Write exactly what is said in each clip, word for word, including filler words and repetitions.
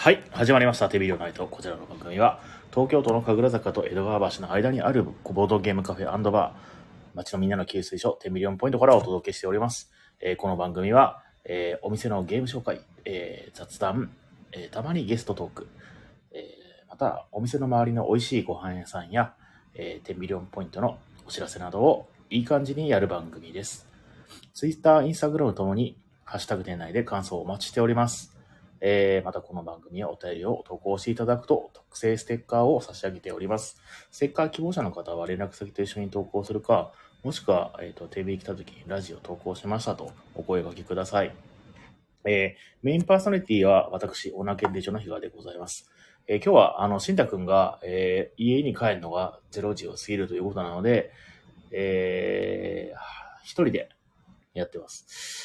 はい、始まりました。テビリオナイト。こちらの番組は、東京都の神楽坂と江戸川橋の間にあるボードゲームカフェ&バー、街のみんなの給水所、テンミリオンポイントからお届けしております。えー、この番組は、えー、お店のゲーム紹介、えー、雑談、えー、たまにゲストトーク、えー、また、お店の周りの美味しいご飯屋さんや、えー、テンミリオンポイントのお知らせなどをいい感じにやる番組です。Twitter、Instagram ともに、ハッシュタグ店内で感想をお待ちしております。えー、またこの番組はお便りを投稿していただくと特製ステッカーを差し上げております。ステッカー希望者の方は連絡先と一緒に投稿するか、もしくは、えっと、テレビ来た時にラジオ投稿しましたとお声掛けください。えー、メインパーソナリティは私、オナケンデジョの比嘉でございます。えー、今日は、あの、しんたくんが、えー、家に帰るのがれいじを過ぎるということなので、えー、一人でやってます。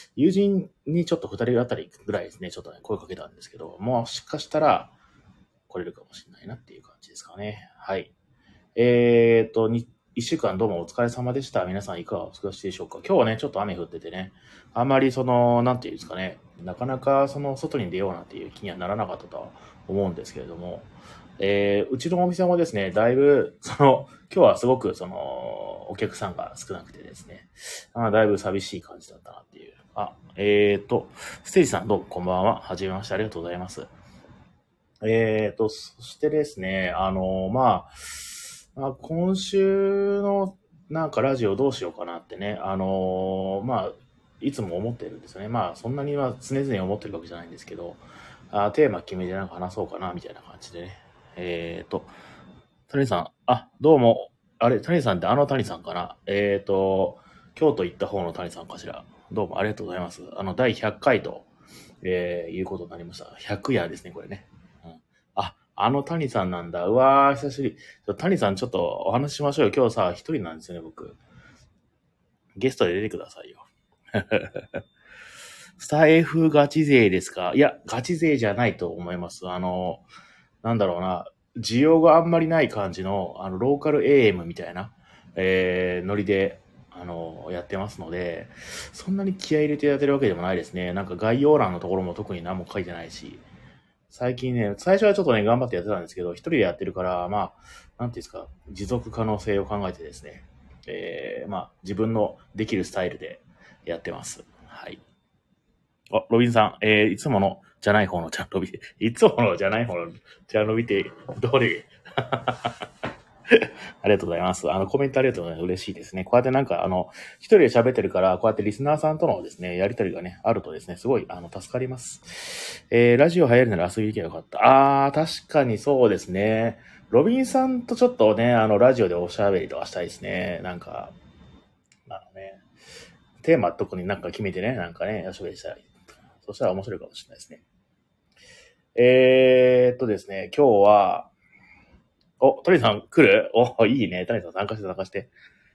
友人にちょっと二人あたりぐらいですね、ちょっとね、声かけたんですけど、もしかしたら来れるかもしれないなっていう感じですかね。はい。えーっと、に一週間どうもお疲れ様でした。皆さんいかがお過ごしでしょうか。今日はね、ちょっと雨降っててね、あんまりその、なんていうんですかね、なかなかその外に出ようなんていう気にはならなかったとは思うんですけれども、えー、うちのお店もですね、だいぶ、その、今日はすごくその、お客さんが少なくてですね、あだいぶ寂しい感じだったなっていう。あ、えーと、ステージさんどうもこんばんは。はじめましてありがとうございます。えーと、そしてですね、あの、まあ、まあ、今週のなんかラジオどうしようかなってね、あの、まあ、いつも思ってるんですよね。まあ、そんなには常々思ってるわけじゃないんですけど、あテーマ決めてなんか話そうかな、みたいな感じでね。えーと、谷さん、あ、どうも、あれ、谷さんってあの谷さんかな。えーと、京都行った方の谷さんかしら。どうもありがとうございます。あの、だいひゃっかいと、えー、いうことになりました。ひゃく夜ですね、これね。うん、あ、あの谷さんなんだ。うわー、久しぶり。谷さん、ちょっとお話ししましょうよ。今日さ、一人なんですよね、僕。ゲストで出てくださいよ。スタイフガチ勢ですか？いや、ガチ勢じゃないと思います。あの、なんだろうな、需要があんまりない感じの、あの、ローカル エーエム みたいな、えー、ノリで、あの、やってますので、そんなに気合い入れてやってるわけでもないですね。なんか概要欄のところも特に何も書いてないし、最近ね、最初はちょっとね、頑張ってやってたんですけど、一人でやってるから、まあ、なんていうんですか、持続可能性を考えてですね、えー、まあ、自分のできるスタイルでやってます。はい。あ、ロビンさん、えー、いつものじゃない方のチャンロビ、いつものじゃない方のチャンロビってどれありがとうございます。あの、コメントありがとうございます。嬉しいですね。こうやってなんか、あの、一人で喋ってるから、こうやってリスナーさんとのですね、やりとりがね、あるとですね、すごい、あの、助かります。えー、ラジオ流行るなら遊びに行けばよかった。あー、確かにそうですね。ロビンさんとちょっとね、あの、ラジオでおしゃべりとかしたいですね。なんか、あのね、テーマ特になんか決めてね、なんかね、おしゃべりしたい。そしたら面白いかもしれないですね。えーっとですね、今日は、お、トニーさん来る？お、いいね。トニーさん参加して参加して。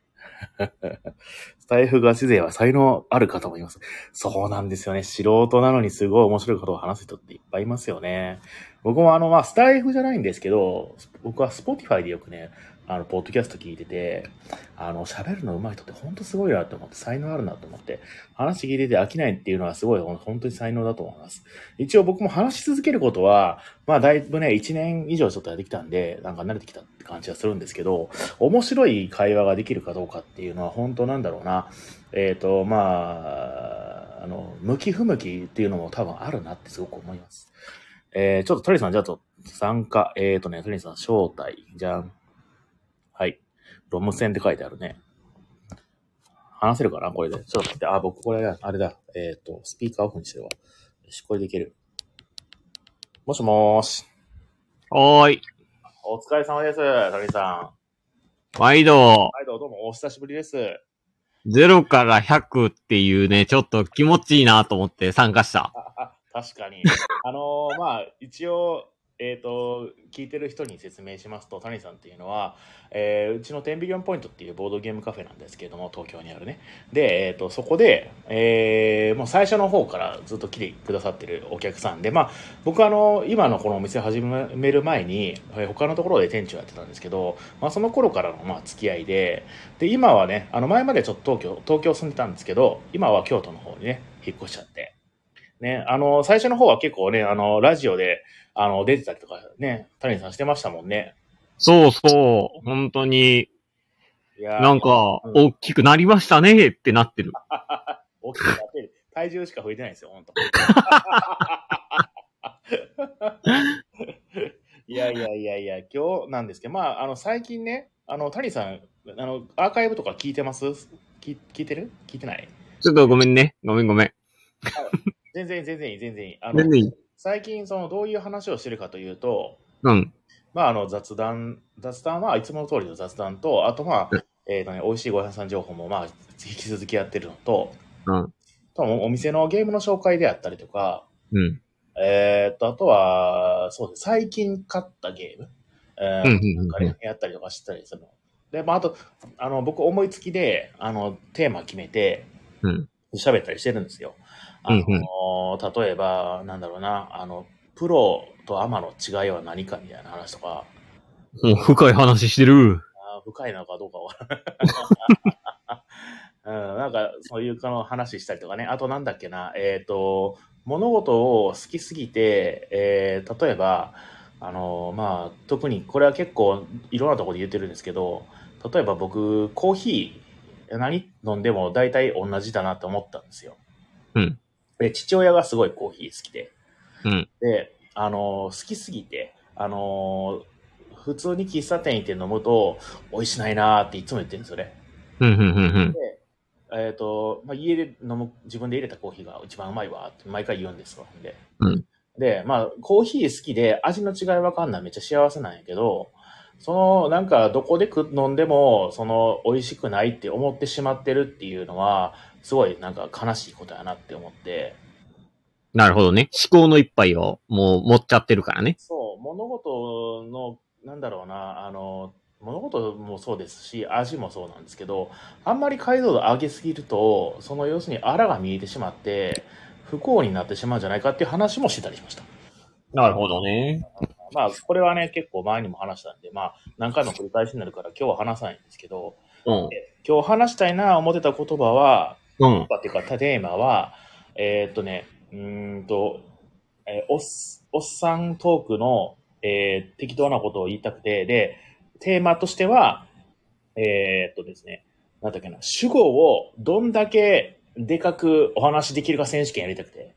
スタイフガチ勢は才能ある方もいます。そうなんですよね。素人なのにすごい面白いことを話す人っていっぱいいますよね。僕もあの、まあ、スタイフじゃないんですけど、僕はスポティファイでよくね、あの、ポッドキャスト聞いてて、あの、喋るの上手い人って本当すごいなと思って、才能あるなと思って、話聞いてて飽きないっていうのはすごい、本当に才能だと思います。一応僕も話し続けることは、まあ、だいぶね、いちねん以上ちょっとやってきたんで、なんか慣れてきたって感じはするんですけど、面白い会話ができるかどうかっていうのは本当なんだろうな。えっと、まあ、あの、向き不向きっていうのも多分あるなってすごく思います。えー、ちょっとトリさん、じゃあと参加、えっとね、トリさん、招待、じゃん。はい。ロム線って書いてあるね。話せるかなこれで。ちょっと待って。あ、僕これ、あれだ。えっと、スピーカーオフにしてるわ。よし、これでいける。もしもーし。 おーい。 お疲れ様です、トリさん。毎度。 毎度、どうもお久しぶりです。 ゼロからひゃくっていうね、ちょっと気持ちいいなと思って参加した。 あ、確かに。あのー、まあ、一応、えっと、聞いてる人に説明しますと、谷さんっていうのは、えー、うちのテンビリオンポイントっていうボードゲームカフェなんですけれども、東京にあるね。で、えっと、そこで、えー、もう最初の方からずっと来てくださってるお客さんで、まあ、僕はあの、今のこのお店始める前に、他のところで店長やってたんですけど、まあ、その頃からの、まあ、付き合いで、で、今はね、あの、前までちょっと東京、東京住んでたんですけど、今は京都の方にね、引っ越しちゃって、 ね、あの、最初の方は結構ね、あの、ラジオで、あの、出てたりとかね、谷さんしてましたもんね。 そうそう。本当に、 いやなんか、 うん、 大きくなりましたねってなってる。 大きくなってる。体重しか増えてないんですよ、本当。いやいやいやいや、今日なんですけど、まあ、あの、最近ね、あの、谷さん、あの、アーカイブとか聞いてます聞聞いてる聞いてないちょっとごめんね。ごめんごめん。 全然、全然いい、全然いい。あの、 全然いい。 最近、その、どういう話をしてるかというと、 うん。 まあ、あの、雑談、雑談はいつもの通りの雑談と、あと、まあ、えっ、とね、美味しいご飯屋さん情報も、まあ、引き続きやってるのと、 うん。 とお店のゲームの紹介であったりとか、 うん。 えっと、あとは、そうです。最近買ったゲーム、えうん。 ー、なんかうん。 ね、やったりとかしたりするの。で、まあ、あと、あの、僕思いつきで、あの、テーマ決めて、 うん。 喋ったりしてるんですよ。あうん。うん。 の、例えば、なんだろうな、あの、プロとアマの違いは何かみたいな話とか、 もう深い話してる。 あ深いのかどうかは。うん、なんか、そういうの話したりとかね。あとなんだっけな、えっ、と、物事を好きすぎて、えー例えば、あの、まあ、特にこれは結構いろんなところで言ってるんですけど、例えば僕、コーヒー、何飲んでも大体同じだなって思ったんですよ。 うん。 で、父親がすごいコーヒー好きで。 うん。 で、あの、好きすぎて、あの、普通に喫茶店行って飲むと、美味しないなーっていつも言ってるんですよね。 うん。うん。うん。 で、えっ、と、まあ、家で飲む、自分で入れたコーヒーが一番うまいわって毎回言うんですよ。で、 うん。 で、まあ、コーヒー好きで味の違いわかんないめっちゃ幸せなんやけど、その、なんか、どこでく飲んでも、その、美味しくないって思ってしまってるっていうのは、すごい、なんか悲しいことやなって思って、 なるほどね。思考の一杯をもう持っちゃってるからね。 そう、物事の、なんだろうな、あの、物事もそうですし、味もそうなんですけど、あんまり解像度上げすぎると、その要するにあらが見えてしまって、不幸になってしまうんじゃないかっていう話もしてたりしました。 なるほどね。 まあ、これはね、結構前にも話したんで、まあ、何回も繰り返しになるから今日は話さないんですけど、 うん。 今日話したいな思ってた言葉は、 うん。 っていうか、テーマは、えーっとね、うーんと、えーおっ、おっさんトークの、えー適当なことを言いたくて、で、テーマとしては、えーっとですね、なんだっけな、主語をどんだけでかくお話しできるか選手権やりたくて。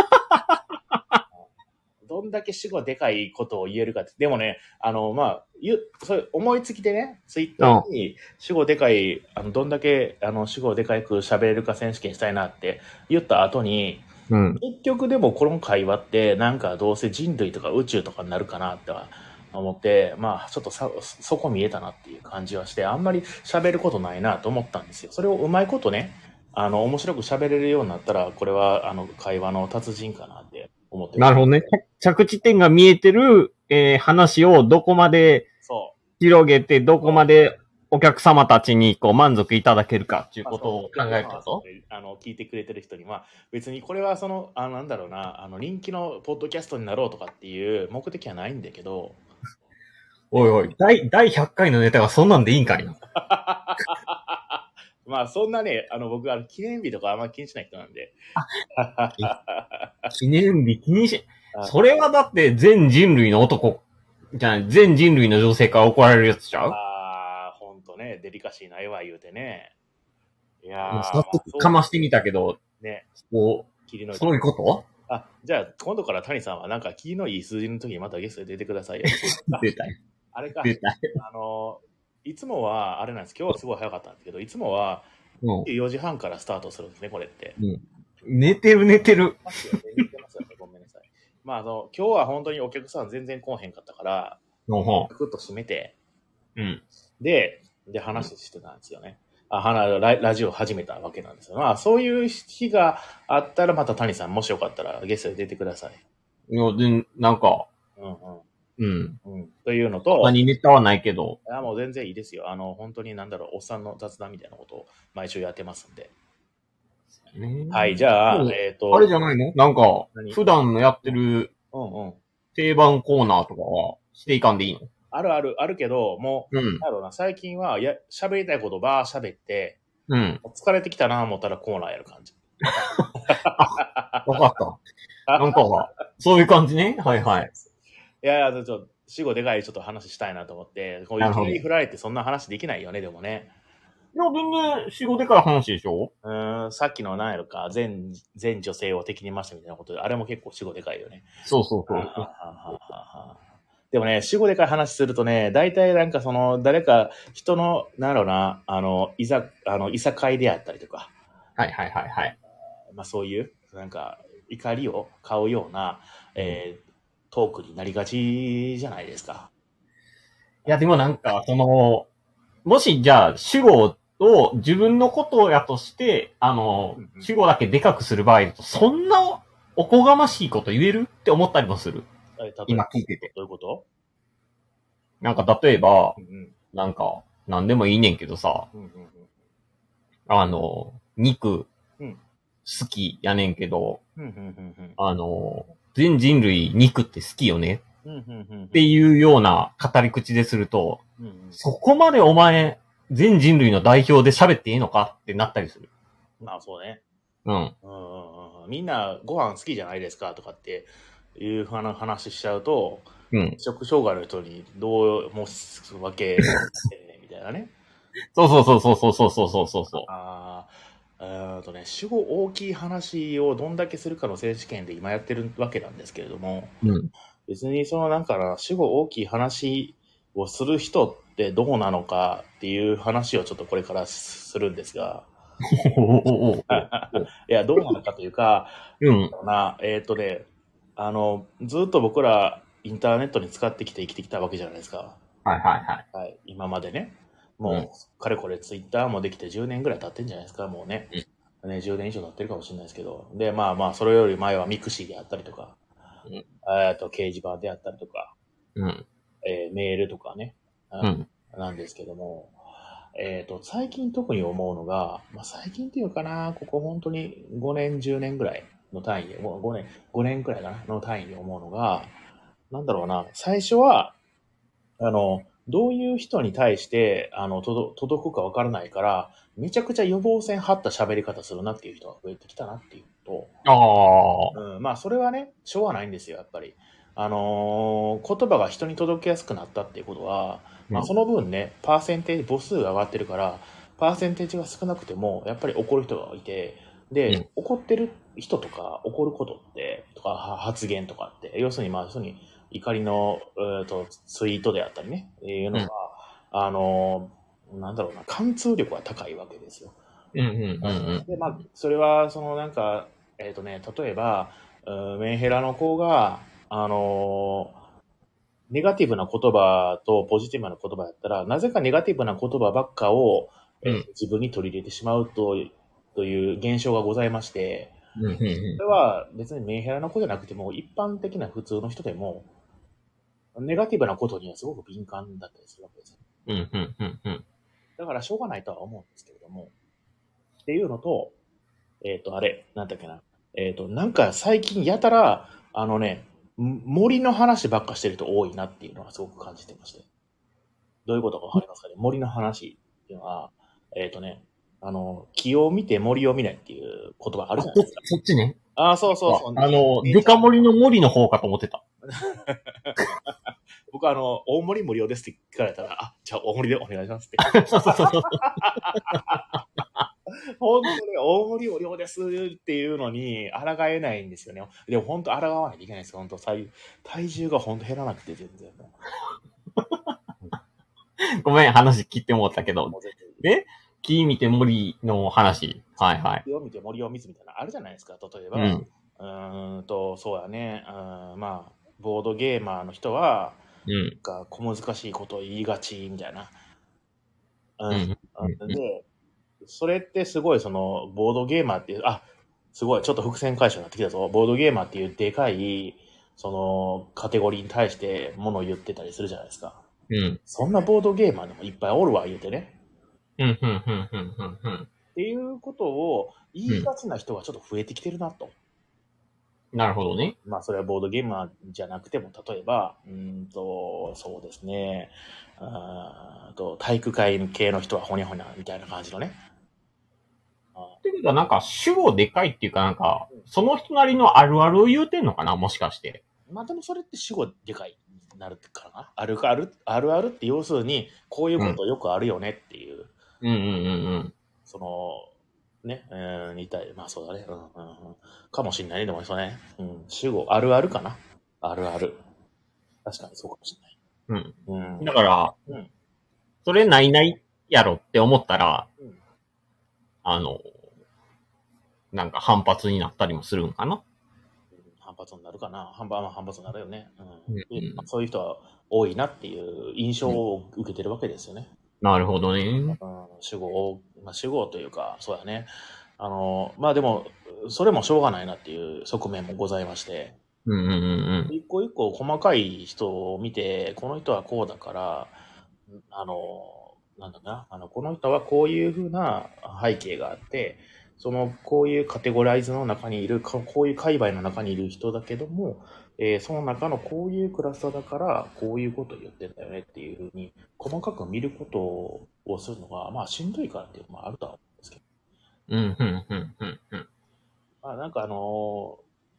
どんだけ主語でかいことを言えるかって。でもね、あの、まあ、ゆ、それ思いつきでね、ツイッターに主語でかい、あの、どんだけ、あの、主語でかく喋れるか選手権したいなって言った後に、 うん。 結局でもこの会話ってなんかどうせ人類とか宇宙とかになるかなっては思って、まあちょっとさ、そこ見えたなっていう感じはして、あんまり喋ることないなと思ったんですよ。それをうまいことね、あの、面白く喋れるようになったら、これはあの会話の達人かなって思ってる。 なるほどね。着地点が見えてる、えー話をどこまでそう。 広げて、どこまでお客様たちにこう満足いただけるかっていうことを考えたぞ。 あの、聞いてくれてる人には、別にこれはその、あなんだろうな、あの、人気のポッドキャストになろうとかっていう目的はないんだけど、 おいおい、第、第ひゃっかいのネタがそんなんでいいんかいな。 まあそんなね、あの僕あの記念日とかあんまり気にしない人なんで。 記念日気にし、それはだって全人類の男、じゃない、全人類の女性から怒られるやつちゃうああ、ほんとね、デリカシーないわ言うてね。いやー、 もうまあ早速そうかましてみたたけど、 ね、 こう、 霧のいい。 そういうことあ、じゃあ今度から谷さんはなんか霧のいい数字の時にまたゲストで出てくださいよ。 出たよ。 あれか、 出たよ。 あの、いつもはあれなんです。今日はすごい早かったんですけど、いつもはもよじはんからスタートするんですね、これって。 う、もう寝てる寝てる。 ますよね、寝てますよね、ごめんなさい。まあ、あの、今日は本当にお客さん全然来おへんかったから、 のほサクッと閉めて、 う。うん。 で、で、話してたんですよね。あ、はなララジオ始めたわけなんですよ。まあ、そういう日があったら、また谷さん、もしよかったらゲストで出てください。 いや、で、なんか、 うんうん。 うん。うん。というのと、 何ネタはないけど。 いやもう全然いいですよ。あの、本当になんだろう、おっさんの雑談みたいなことを毎週やってますんで。 ね、 はい、じゃあ、 うんえっ、と、 あれじゃないのなんか何、 普段のやってるうんうん。 定番コーナーとかはしていかんでいいのあるある、あるけど、もう、 うん。 なんだろうな、最近は、や、喋りたいことばー喋って、 うん。 疲れてきたな思ったらコーナーやる感じ。 あ、わかった。なんか、そういう感じね。はいはい。 いやいや、ちょっと、死後でかいちょっと話したいなと思って、こういきなり振られてそんな話できないよね、でもね。 いや、全然、仕事でかい話でしょ。 うーん、さっきの何やろか、全、全女性を敵に回したみたいなことで、あれも結構死後でかいよね。 そうそうそう。 ははははでもね、死後でかい話するとね、大体なんかその、誰か人の、なんだろうな、あの、いざ、あの、いさかいであったりとか、 はいはいはいはい。 まあそういう、なんか、怒りを買うような、えー、トークになりがちじゃないですか。 いや、でもなんか、その、もしじゃあ、主語を自分のことやとして、あの、 うんうん、 主語だけでかくする場合だと、そんなおこがましいこと言えるって思ったりもする。 え例えば今聞いてて。 どういうこと？ なんか例えば、 うんうん、 なんか、なんでもいいねんけどさ、 うんうんあの、肉うん、 好きやねんけど、 うんうんうんうんあの、全人類肉って好きよねうんうんうんっていうような語り口ですると、 うんうん、 そこまでお前、全人類の代表で喋っていいのかってなったりする。 まあそうね。 うん。 うんうんうん、みんなご飯好きじゃないですかとかっていう話しちゃうと、 うん。 食障害の人にどう申すわけみたいなね。 そうそうそうそうそうそうそうそうそああ、えーとね、主語大きい話をどんだけするかの選手権で今やってるわけなんですけれども、 う。うん。 別にそのなんかな、主語大きい話をする人ってどうなのかっていう話をちょっとこれからするんですが、 おおおおいや、どうなのかというか、 うん。 な、えっとね、あの、ずっと僕らインターネットに使ってきて生きてきたわけじゃないですか。 はいはいはい。 はい、今までね。 うん。 もう、かれこれツイッターもできてじゅうねんぐらい経ってんじゃないですか、もうね。 うんね、じゅうねん以上経ってるかもしれないですけど。で、まあまあ、それより前はミクシーであったりとか、 うん。 えっと、掲示板であったりとか、 うん。 えーメールとかね、 うん。 なんですけども、えっと、最近特に思うのが、まあ最近っていうかな、ここ本当にごねん、じゅうねんぐらいの単位で、もうごねん、ごねんくらいかな、の単位で思うのが、なんだろうな、最初は、あの、どういう人に対して、あの、届届くかわからないから、めちゃくちゃ予防線張った喋り方するなっていう人が増えてきたなっていうと、 ああ。 うん、まあ、それはね、しょうがないんですよ、やっぱり。あのー言葉が人に届けやすくなったっていうことは、まあ、 うん。 その分ね、パーセンテージ、母数が上がってるから、パーセンテージが少なくても、やっぱり怒る人がいて、で、 うん。 怒ってる人とか、怒ることって、とか、は発言とかって、要するに、まあ、要するに、怒りの、えーと、ツイートであったりね、いうのが、 うん。 あのーなんだろうな、貫通力が高いわけですよ。 うん。うん。うん。 で、まあ、それは、そのなんか、えっとね、例えば、うんメンヘラの子が、あのーネガティブな言葉とポジティブな言葉やったら、なぜかネガティブな言葉ばっかを、えーうん。 自分に取り入れてしまうという、という現象がございまして、 うん。うん。 それは別にメンヘラの子じゃなくても、一般的な普通の人でも、ネガティブなことにはすごく敏感だったりするわけですよ。 うん。うん。うん。うん。 だからしょうがないとは思うんですけれども、っていうのと、えっと、あれ、なんだっけな。えっと、なんか最近やたら、あのね、ん森の話ばっかしてる人多いなっていうのはすごく感じてまして。どういうことかわかりますかね？森の話っていうのは、えっとね、あの、木を見て森を見ないっていう言葉あるあ、そ、 じゃないですか。 そっちね。 ああ、そうそうそう。 あの、 えーちゃんデカ盛りの森の方かと思ってた。 僕あの、大森無料ですって聞かれたら、あ、じゃあ大森でお願いしますって。 そうそうそうそう。 本当に大盛り無料ですっていうのに抗えないんですよね。でも本当抗わないといけないです。本当体体重が本当減らなくて全然もごめん、話切ってもらったけう。 ど。 もう全然で、木見て森の話。はいはい。 木を見て森を見つみたいなのあるじゃないですか。例えば、 うん。 うーんと、そうやね。うん、まあ、ボードゲーマーの人は、 うん。 が小難しいことを言いがちみたいな。うん。 うん。 うんで、それってすごいその、ボードゲーマーっていう、あ、すごい、ちょっと伏線回収になってきたぞ。ボードゲーマーっていうでかい、その、カテゴリーに対してものを言ってたりするじゃないですか。 うん。 そんなボードゲーマーでもいっぱいおるわ、言うてね。 うん。うん。うん。うん。うん。 っていうことを言うん。 いがちな人がちょっと増えてきてるなと。 なるほどね。 まあ、それはボードゲーマーじゃなくても、例えば、うーんと、そうですね。あーと体育会系の人はほにゃほにゃみたいな感じのね。あってことはなんか主語でかいっていうかなんか、その人なりのあるあるを言うてんのかなもしかして。 まあでもそれって主語でかいになるからな。あるある、あるあるって要するに、こういうことよくあるよねっていう。 うんうんうんうん。 その、ね、うん、似たい。まあそうだね。うんうんうん。かもしんないね。でもそうね。うん。主語、あるあるかな。あるある。確かにそうかもしんない。 うん。 うん。 だから、 うん。 それないないやろって思ったら、 うん、 あの、なんか反発になったりもするんかな。 反発になるかな。反発、まあ、反発になるよね。うん。 うんうんまあ、そういう人は多いなっていう印象を受けてるわけですよね。 なるほどね。 うん。主語を、まあ、主語というか、そうやね。あの、まあでも、それもしょうがないなっていう側面もございまして、 うんうんうん一個一個細かい人を見て、この人はこうだから、あの、なんだな、あの、この人はこういうふうな背景があって、その、こういうカテゴライズの中にいる、こういう界隈の中にいる人だけども、えーその中のこういうクラスターだから、こういうことを言ってんだよねっていうふうに、細かく見ることをするのが、まあ、しんどいからっていうのもあるとは思うんですけど。 うん。うんうんうんうんうん。 まあ、なんかあの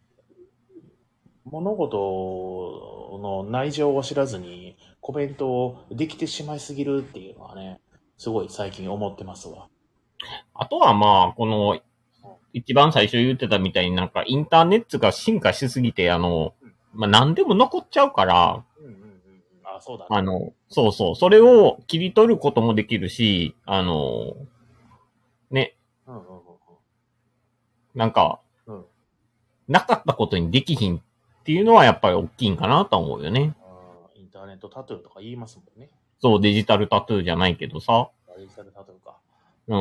物事の内情を知らずにコメントをできてしまいすぎるっていうのはね、すごい最近思ってますわ。 あとはまあ、この、一番最初言ってたみたいになんかインターネットが進化しすぎて、あの、まあ何でも残っちゃうから、 うんうんうんうん。あ、そうだね。 あの、そうそう、それを切り取ることもできるし、あの、ね、 うんうんうんなんか、 うん。うん。 なかったことにできひんっていうのはやっぱり大きいんかなと思うよね。 あーインターネットタトゥーとか言いますもんね。 そう、デジタルタトゥーじゃないけどさ。 デジタルタトゥーか。 うん。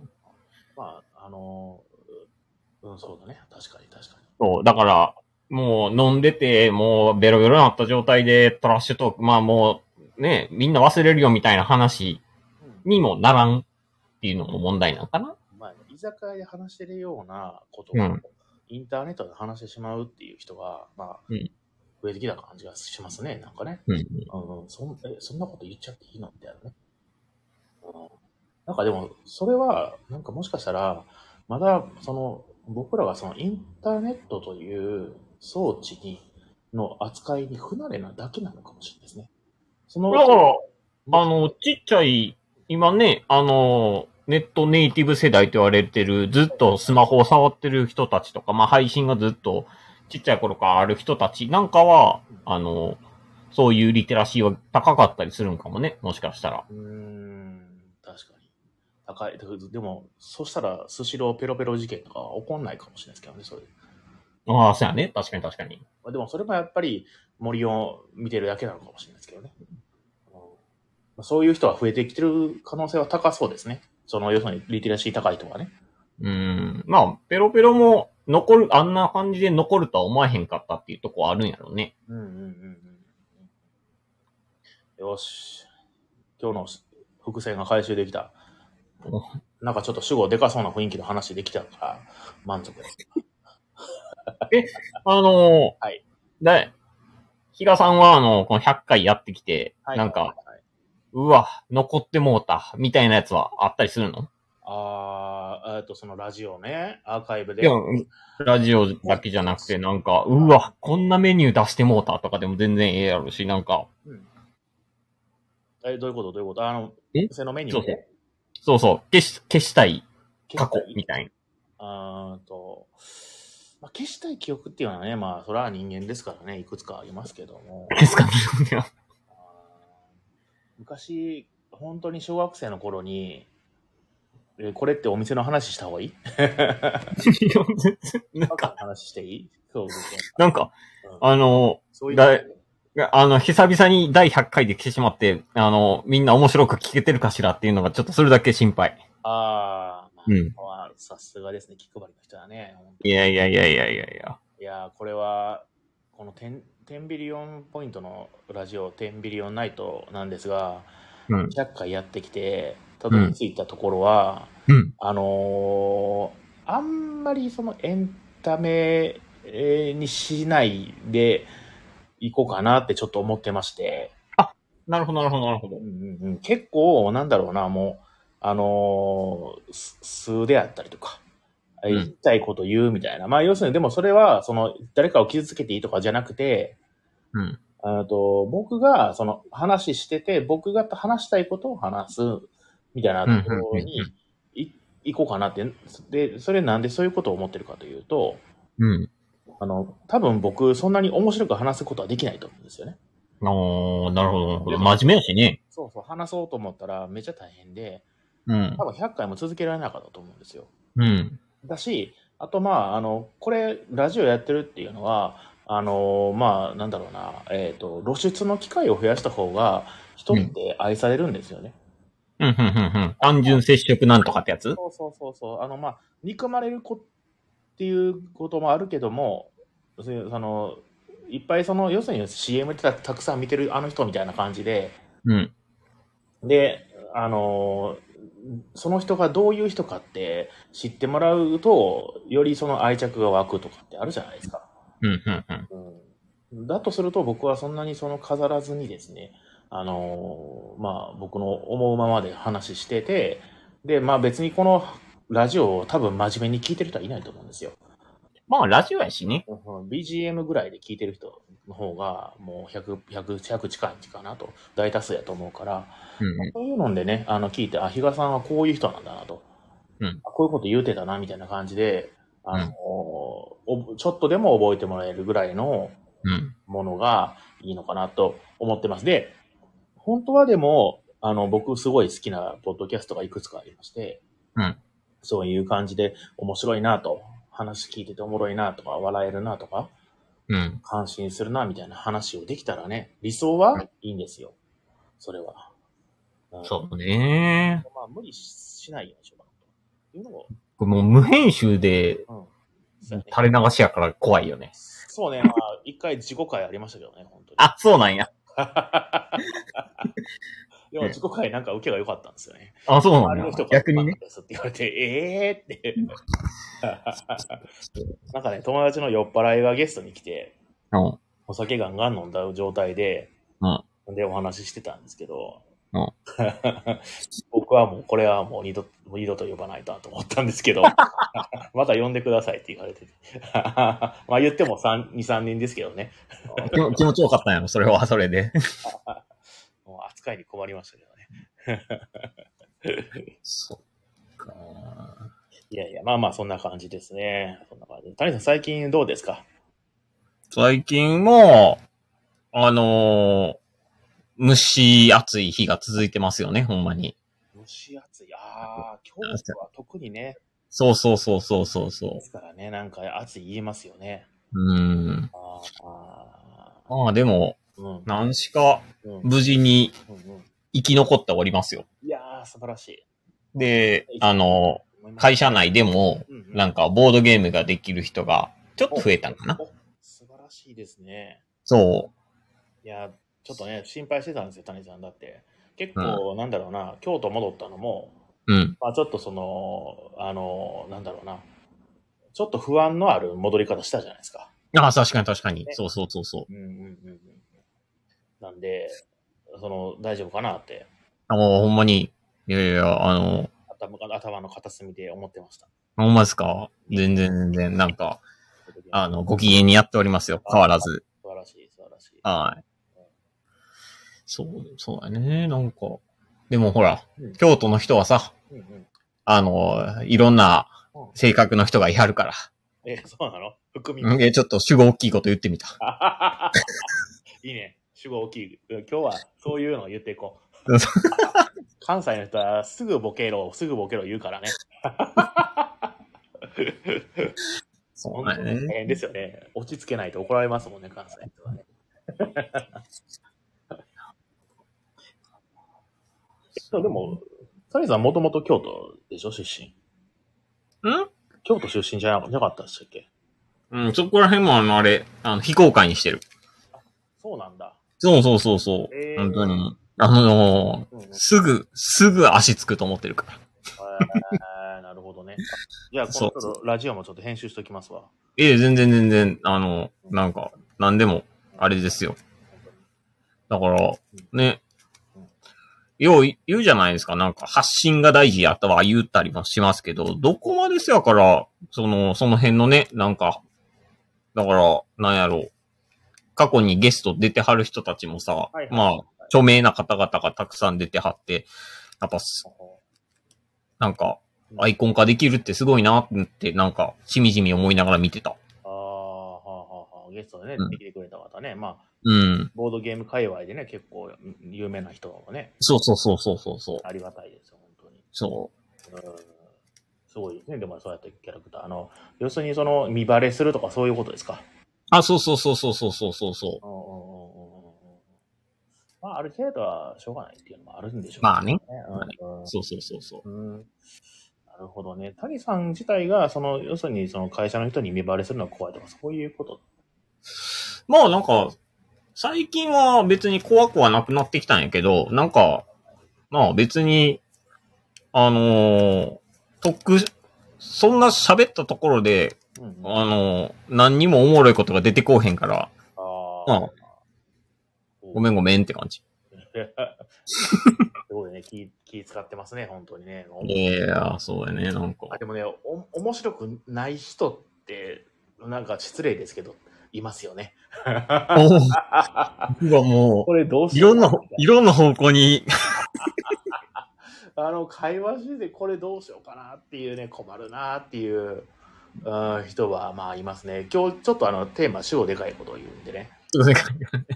まあ、あのーうん、そうだね。確かに確かに。 そう、だから、もう飲んでて、もうベロベロになった状態でトラッシュトーク、まあもうね、みんな忘れるよみたいな話うん。 にもならんっていうのも問題なんかな。 まあ、居酒屋で話してるようなことを、 うんインターネットで話してしまうっていう人が、まあ、 うん増えてきた感じがしますね。なんかね。 うん。 うん、そんえそんなこと言っちゃっていいのみたいなね。うん、なんかでも、それは、なんかもしかしたら、まだ、その、僕らがそのインターネットという装置に、の扱いに不慣れなだけなのかもしれないですね。その、 だから、 もあの、ちっちゃい、今ね、あの、ネットネイティブ世代と言われてる、ずっとスマホを触ってる人たちとか、まあ配信がずっとちっちゃい頃からある人たちなんかは、あの、そういうリテラシーは高かったりするんかもね、もしかしたら。 うーん、確かに。高い。でも、そしたら、スシローペロペロ事件とかは起こんないかもしれないですけどね、それ。 ああ、そうやね。確かに確かに。 まあでも、それもやっぱり森を見てるだけなのかもしれないですけどね。うん、そういう人は増えてきてる可能性は高そうですね。その、要するにリテラシー高い人はね。 うん。まあ、ペロペロも残る、あんな感じで残るとは思わへんかったっていうとこはあるんやろうね。 うんうんうんうん。よし。今日の伏線が回収できた。なんかちょっと主語でかそうな雰囲気の話できたから満足です。 え、あのー、 はい。 だ、比嘉さんはあの、このひゃっかいやってきて、 はい、 なんか、 はい、 うわ、残ってもうた、みたいなやつはあったりするの？ あー、えっと、そのラジオね、アーカイブで。 いや、ラジオだけじゃなくて、なんか、うわ、こんなメニュー出してもうたとかでも全然ええやろし、なんか。 うん。え、どういうことどういうことあの、 え店のメニュそうそう。 ーでそうそう。消し、消したい過去消したいみたいな。 あーと、まあ、消したい記憶っていうのはね、まあ、それは人間ですからね、いくつかありますけども。 ですかね。 あー昔、本当に小学生の頃に、えこれってお店の話した方がいいなんか、 話していいそうですね。 なんか、 うん、 あの、 そういうだあの、久々にだいひゃっかいで来てしまって、あの、みんな面白く聞けてるかしらっていうのがちょっとそれだけ心配。 ああ、まあ、 うん。 まあさすがですね、気配りの人はね。 いやいやいやいやいやいや。 いや、これは、この10、テンビリオンポイントのラジオ、テンビリオンナイトなんですが、 うん。 ひゃっかいやってきて、たどりうん。 着いたところは、 うん。 あのーあんまりそのエンタメえーにしないでいこうかなってちょっと思ってまして、 あ、なるほどなるほどなるほど。 うんうんうん、結構、なんだろうな、もう、 あのー、す素であったりとか、 うん言いたいこと言うみたいな。まあ、要するに、でもそれは、その、誰かを傷つけていいとかじゃなくて、 うん。 あと僕が、その、話してて、僕が話したいことを話す、みたいなうん。 ところに、い、行こうかなって。で、それなんでそういうことを思ってるかというと、 うん。 あの、多分僕、そんなに面白く話すことはできないと思うんですよね。 ああ、なるほど、なるほど。 でも真面目やしね。 そうそう、話そうと思ったらめっちゃ大変で、 うん多。分ひゃっかいも続けられなかったと思うんですよ。 うん。 だし、あとまあ、あの、これ、ラジオやってるっていうのは、あの、まあ、なんだろうな、えっと、露出の機会を増やした方が、人って愛されるんですよね。 うん、うん、うん、うん。単純接触なんとかってやつ？ そうそうそうそう。あの、まあ、憎まれる子っていうこともあるけども、そういうその、いっぱいその、要するに シーエム でたたくさん見てるあの人みたいな感じで、 うん。 で、あの、その人がどういう人かって知ってもらうと、よりその愛着が湧くとかってあるじゃないですか。 うん、うん、うん。 うん、だとすると僕はそんなにその飾らずにですね、あのーまあ僕の思うままで話してて、で、まあ別にこのラジオを多分真面目に聞いてる人はいないと思うんですよ。 まあ、ラジオやしね。 うん、ビージーエム ぐらいで聞いてる人の方がもうひゃく、ひゃく、ひゃく近いかなと、大多数やと思うから、 うん、 そういうのでね、あの聞いて、あ、比嘉さんはこういう人なんだなと、 うん。 あこういうこと言うてたなみたいな感じで、あの、 うん。 おちょっとでも覚えてもらえるぐらいのうん。 ものがいいのかなと思ってます。で、本当はでも、あの、僕すごい好きなポッドキャストがいくつかありまして、 うん。 そういう感じで面白いなと、話聞いてておもろいなとか、笑えるなとか、 うん。 感心するなみたいな話をできたらね、理想はいいんですよ。それは。うん、 そうね。 まあ、無理しないようにしようかなというのを、 これもう無編集でうん。そうやね。 垂れ流しやから怖いよね。 そうね、まあ、一回自己回ありましたけどね、本当に。 あ、そうなんや。 でも自己回なんか受けが良かったんですよね。 あ、そうなんや周りの人。から逆にね。 ですって言われて、ええーって。なんかね、友達の酔っ払いがゲストに来て、 うん。 お酒ガンガン飲んだ状態で、 うん。 でお話ししてたんですけど、 うん僕はもうこれはもう二度もう二度と呼ばないとと思ったんですけど、また呼んでくださいって言われてて。まあ言ってもに、さんにんですけどね。 気持気持ちよかったんやろ、それは、それで。 もう扱いに困りましたけどね。 そっか。 いやいや、まあまあそんな感じですね。そんな感じ。谷さん最近どうですか？ 最近も、あのー、蒸し暑い日が続いてますよね、ほんまに。 蒸し暑い。ああ、京都は特にね。 そうそうそうそうそうそですからね、なんか暑い言えますよね。 う。うーん。 ああ、 まあでも、 うん。 何しかうん。 無事にうんうん、 生き残っておりますよ。 いやー、素晴らしい。 で、あの、会社内でも、なんかボードゲームができる人がちょっと増えたのかな。 素晴らしいですね。 そう。 いや、ちょっとね、心配してたんですよ、谷さんだって。結構、うん、なんだろうな、京都戻ったのも、 うん。 まあちょっとその、あの、なんだろうな、ちょっと不安のある戻り方したじゃないですか。 ああ、確かに確かに。ね、そうそうそうそう。 うんうんうんうん。なんで、その、大丈夫かなって。 あ、もうほんまに、いやいや、あの、 頭頭の片隅で思ってました。 ほんまですか？全然全然、なんか、あの、ご機嫌にやっておりますよ。変わらず。 素晴らしい、素晴らしい。 はい。そう、そうだね。なんか。でもほら、うん、京都の人はさ、うんうん、あの、いろんな性格の人がいはるから。 え、そうなの？ 含み。え、ちょっと主語大きいこと言ってみた。 いいね。主語大きい。今日はそういうのを言っていこう。関西の人はすぐボケろ、すぐボケろ言うからね。 そうだね。 大変ですよね。落ち着けないと怒られますもんね、関西の人はね。でも、サリさんもともと京都でしょ、出身。 ん？ 京都出身じゃなかったでしたっけ？ うん、そこら辺もあの、あれ、あの、非公開にしてる。 そうなんだ。 そうそうそうそう。えー、本当に。あのーうんうん、すぐ、すぐ足つくと思ってるから。 えー、なるほどね。じゃあ、このちょっとラジオもちょっと編集しときますわ。 ええ、全然全然、あの、なんか、なんでも、あれですよ。だから、ね、 よう言うじゃないですか。なんか発信が大事やとは言ったりもしますけど、どこまでせやから、その、その辺のね、なんか、だから、なんやろう。過去にゲスト出てはる人たちもさ、はいはい、まあ、著名な方々がたくさん出てはって、やっぱ、なんか、アイコン化できるってすごいなって、なんか、しみじみ思いながら見てた。 ああ、はあはあはあ、ゲストでね、うん、出てきてくれた方ね、まあ、 うん。 ボードゲーム界隈でね、結構有名な人もね。 そうそうそうそうそうそう。 ありがたいですよ、本当に。 そう。 うん、すごいですね、でもそうやってキャラクター。あの、要するにその、見バレするとかそういうことですか。 あ、そうそうそうそうそうそうそうそう。うんうんうん、まあ、ある程度はしょうがないっていうのもあるんでしょうね。まあね。 うんうん、 そうそうそうそう、 うん。なるほどね。谷さん自体が、その、要するにその会社の人に見バレするのは怖いとか、そういうこと。 まあなんか、最近は別に怖くはなくなってきたんやけど、なんか、まあ別に、あのー、特、そんな喋ったところで、うんうん、あのー、何にもおもろいことが出てこうへんから、ああ、ごめんごめんって感じ。 すごいね、気、気使ってますね、本当にね。 いや、そうやね、なんか。 あ、でもね、お、面白くない人って、なんか失礼ですけど、いますよね。 お僕はもう、これどうしよういろんな、いろんな方向に。 あの、会話しててこれどうしようかなっていうね、困るなっていう、うん、人は、まあ、いますね。今日、ちょっとあの、テーマ、主語でかいことを言うんでね。でかい。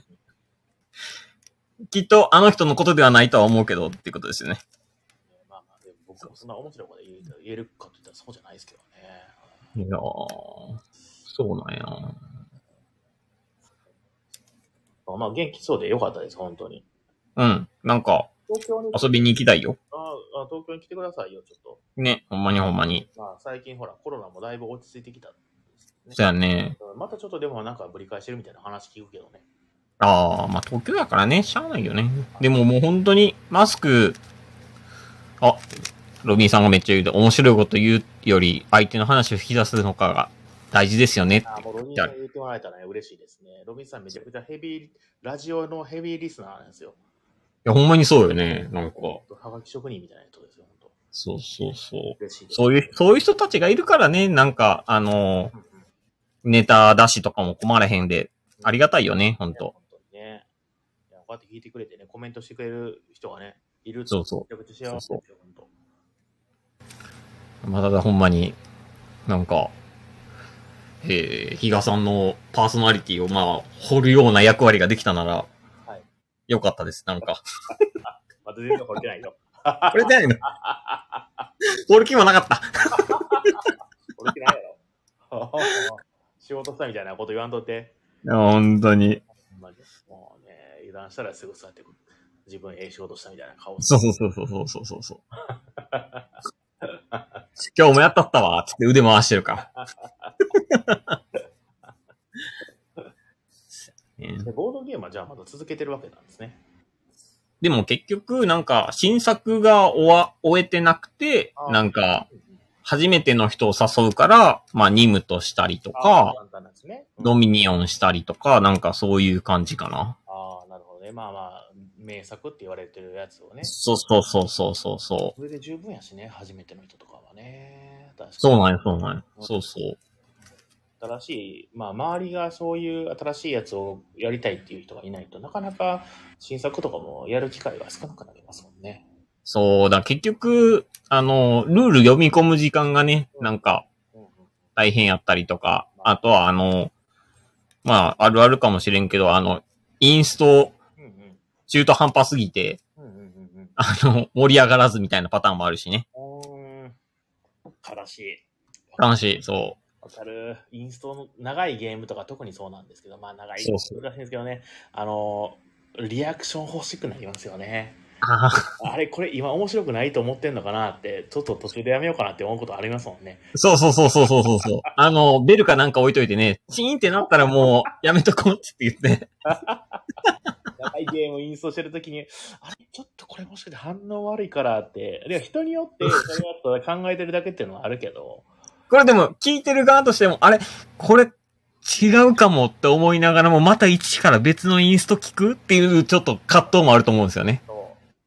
きっと、あの人のことではないとは思うけど、っていうことですよね。 まあまあ、でも僕もそんな面白いこと言え言えるかと言ったらそうじゃないですけどね。 いやー、そうなんや。 まあ、元気そうでよかったです、本当に。 うん、なんか、東京に遊びに行きたいよ。 ああ、東京に来てくださいよ、ちょっと。 ね、ほんまにほんまに。 まあ、最近ほら、コロナもだいぶ落ち着いてきた、ね。 そうやね。 またちょっとでもなんかぶり返してるみたいな話聞くけどね。 ああ、まあ東京だからね、しゃあないよね。でももう本当に、マスク、あ、ロビンさんがめっちゃ言うと、面白いこと言うより、相手の話を引き出すのかが大事ですよねって。 あ、もうロビンさん言ってもらえたらね、嬉しいですね。ロビンさんめちゃくちゃヘビー、ラジオのヘビーリスナーなんですよ。 いや、ほんまにそうよね、なんか。 はがき職人みたいな人ですよ、本当。 そうそうそう。 嬉しいです。 そういう、そういう人たちがいるからね、なんか、あのー、ネタ出しとかも困らへんで、ありがたいよね、ほんと。 本当にね。いや、こうやって聞いてくれてね、コメントしてくれる人がね、いるそうそう。 めちゃくちゃ幸せですよ、本当。まあ、ただほんまに、なんか、えー、比嘉さんのパーソナリティをまあ、掘るような役割ができたなら、はい。よかったです、なんか。 また全然掘れてないよ。 掘れてないの掘る気もなかった。 掘れてないやろ。仕事したみたいなこと言わんとって。 いや、ほんとに。 もうね、油断したらすぐそうやって自分ええ仕事したみたいな顔そうそうそうそうそうそうそう。今日もやったったわ、つって腕回してるから。 ボードゲームはじゃあまだ続けてるわけなんですね。 でも結局、なんか、新作が終わ、終えてなくて、なんか、初めての人を誘うから、まあ、ニムとしたりとか、ね、うん、ドミニオンしたりとか、なんかそういう感じかな。 ああ、なるほどね。まあまあ、名作って言われてるやつをね。 そうそうそうそうそうそう。 それで十分やしね、初めての人とかはね。 確かにそうなんや、そうなんや。そうそう。 新しい、まあ、周りがそういう新しいやつをやりたいっていう人がいないとなかなか新作とかもやる機会が少なくなりますもんね。 そうだ、結局、あの、ルール読み込む時間がね、うん、なんか、大変やったりとか、うん、あとはあの、まあ、あるあるかもしれんけど、あの、インスト、中途半端すぎて、あの、盛り上がらずみたいなパターンもあるしね。 うん、悲しい。 悲しい、そう。 わかる。インストの長いゲームとか特にそうなんですけど、まあ長い難しいんですけどね、あの、リアクション欲しくなりますよね。あ, あれ、これ今面白くないと思ってんのかなって、ちょっと途中でやめようかなって思うことありますもんね。 そうそうそうそうそうそうそう。あの、ベルかなんか置いといてね、チーンってなったらもうやめとこうって言って。 長いゲームをインストしてるときに、あれ、ちょっとこれもしかして反応悪いからって、いや人によってそれは考えてるだけっていうのはあるけど、 これでも聞いてる側としても、あれ、これ違うかもって思いながらも、また一から別のインスト聞くっていうちょっと葛藤もあると思うんですよね。 そう。な難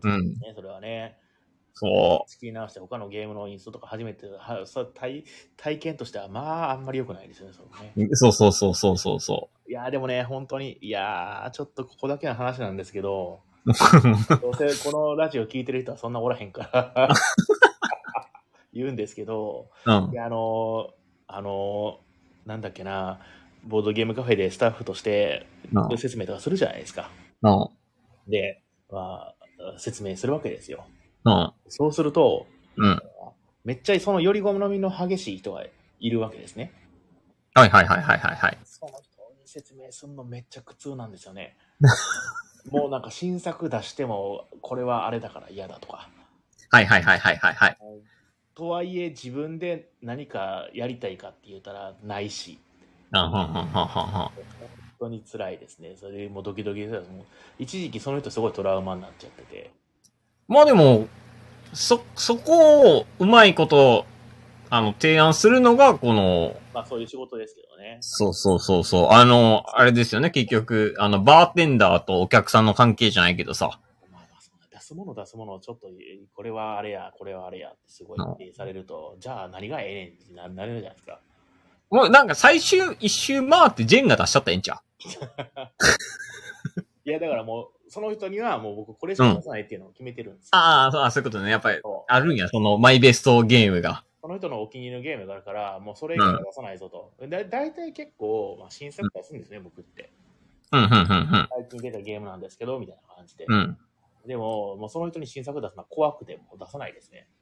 ことですね、うん、それはね。 そう。 仕切り直して他のゲームのインストとか初めては体、体験としてはまああんまり良くないですよね。そうね。 そうそうそうそうそうそう。 いやでもね、本当に、いやー、ちょっとここだけの話なんですけど、どうせこのラジオ聞いてる人はそんなおらへんから言うんですけど、 うん、 いやあのー、あのー、なんだっけな、ボードゲームカフェでスタッフとして説明とかするじゃないですか。 うん、 で、まあ、説明するわけですよ。 うん、 そうすると、 うん、 めっちゃそのより好みの激しい人がいるわけですね。 はいはいはいはいはい。 その人に説明するのめっちゃ苦痛なんですよね。もうなんか新作出してもこれはあれだから嫌だとか。 はいはいはいはいはいはい。 とはいえ自分で何かやりたいかって言ったらないし。 うんうんうんうんうん。 本当に辛いですね。それでもうドキドキです。もう一時期その人すごいトラウマになっちゃってて。 まあでも、そ、そこをうまいこと、あの、提案するのが、この、 まあそういう仕事ですけどね。 そうそうそうそう。あの、あれですよね、結局、あの、バーテンダーとお客さんの関係じゃないけどさ。 まあまあ、出すもの出すものをちょっと、これはあれや、これはあれやってすごい否定されると、じゃあ何がええねんってななるじゃないですか。 もうなんか最終一周回ってジェンガ出しちゃったらええんちゃういや、だからもう、その人にはもう僕これしか出さないっていうのを決めてるんですよ。 ああ、そういうことね。やっぱり、あるんや、そのマイベストゲームが。 その人のお気に入りのゲームがあるから、もうそれ以外は出さないぞと。うん、だ大体結構、まあ、新作出すんですね、うん、僕って。 うん、うん、うん、うん。 最近出たゲームなんですけど、みたいな感じで。 うん。 でも、もうその人に新作出すのは怖くても出さないですね。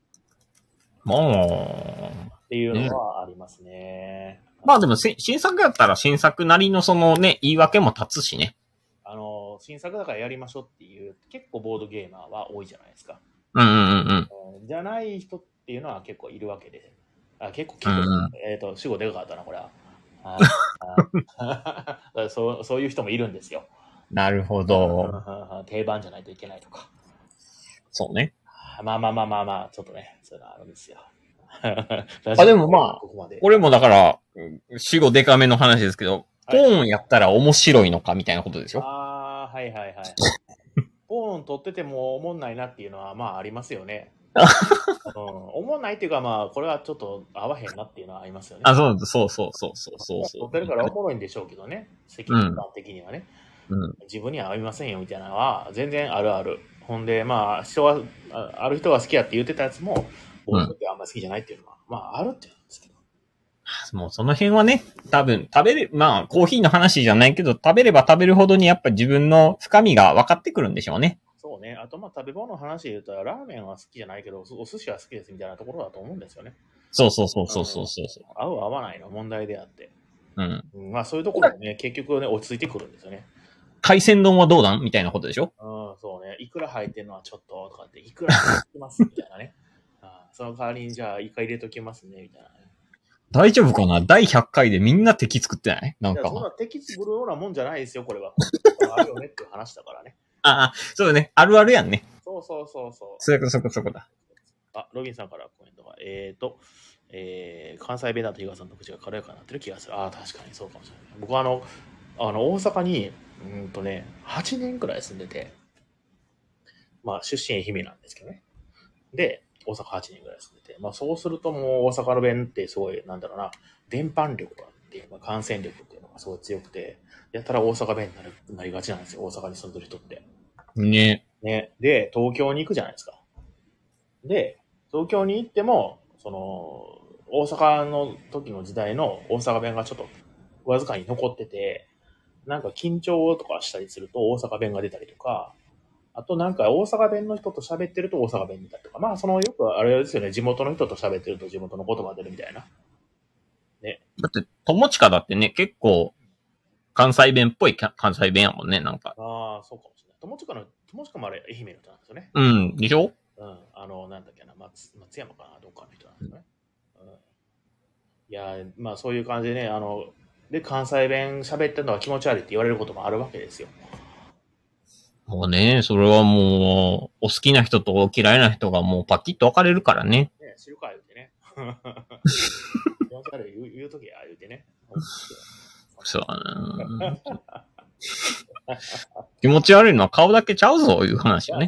もう。 っていうのはありますね。 うん、まあでも、新作やったら新作なりのそのね、言い訳も立つしね。 あの、新作だからやりましょうっていう、結構ボードゲーマーは多いじゃないですか。 うんうんうんうん。じゃない人っていうのは結構いるわけで。あ結構、結構、うんうん、えっ、ー、と、主語でかかったな、これは。ああそうそういう人もいるんですよ。 なるほど。 定番じゃないといけないとか。 そうね。 まあまあまあまあまあ、ちょっとね、そういうのあるんですよ。 あ、でもまあ、ここまで俺もだから、主語デカめの話ですけど、はい、ポーンやったら面白いのかみたいなことでしょ。 ああ、はいはいはい。ポーン取っててもおもんないなっていうのはまあありますよね。うん、おもんないっていうかまあ、これはちょっと合わへんなっていうのはありますよね。 あ、そうそうそうそうそうそうそう。 取ってるからおもろいんでしょうけどね。責任感的にはね、うん。自分には合いませんよみたいなのは全然あるある。ほんで、まあ、人は、ある人が好きやって言ってたやつも、僕ってあんまり好きじゃないっていうのは、うん、まあ、あるって言うんですけど。 もうその辺はね、多分、食べる、まあ、コーヒーの話じゃないけど、食べれば食べるほどにやっぱ自分の深みが分かってくるんでしょうね。 そうね。あと、まあ、食べ物の話で言うと、ラーメンは好きじゃないけど、お寿司は好きですみたいなところだと思うんですよね。 そうそうそうそうそうそう、うん。 合う合わないの問題であって。 うん。 うん、まあ、そういうところでね、結局ね、落ち着いてくるんですよね。 海鮮丼はどうなんみたいなことでしょ。 うん、そうね。いくら入ってんのはちょっと、とかって、いくら入ってますみたいなね。あその代わりに、じゃあ、イカ入れときますね、みたいな、ね。 大丈夫かなだいひゃっかいでみんな敵作ってないなんか。 そんな敵作るようなもんじゃないですよ、これは。あるよねっていう話だからね。 ああ、そうだね。あるあるやんね。 そうそうそうそう。 そこそこそこだ。 あ、ロビンさんからコメントが、えーと、えー、関西弁だと伊賀さんの口が軽やかになってる気がする。ああ、確かにそうかもしれない。僕はあの、あの、大阪に、うんとね、はちねんくらい住んでて、まあ、出身愛媛なんですけどね。で、大阪はちねんくらい住んでて、まあ、そうするともう大阪の弁ってすごい、なんだろうな、伝播力があって、まあ、感染力っていうのがすごい強くて、やったら大阪弁になるなりがちなんですよ、大阪に住んでる人って。 ね。 ね。で、東京に行くじゃないですか。で、東京に行っても、その、大阪の時の時代の大阪弁がちょっとわずかに残ってて、なんか緊張とかしたりすると大阪弁が出たりとか、あとなんか大阪弁の人と喋ってると大阪弁に出たりとか、まあそのよくあれですよね、地元の人と喋ってると地元の言葉が出るみたいな。ね。 だって、友近だってね、結構、関西弁っぽい関西弁やもんね、なんか。 ああ、そうかもしれない。友近の、友近もあれ愛媛の人なんですよね。 うん、でしょうん、あの、なんだっけな、松、松山かな、どっかの人なんですよね。うん、いや、まあそういう感じでね、あの、で、関西弁喋ってるのは気持ち悪いって言われることもあるわけですよ。 もうね、それはもう、お好きな人とお嫌いな人がもうパキッと分かれるからね。 ね、知るか言うてね。気持ち悪い言う、言うときや言うてね。 そうだな気持ち悪いのは顔だけちゃうぞ、いう話よね。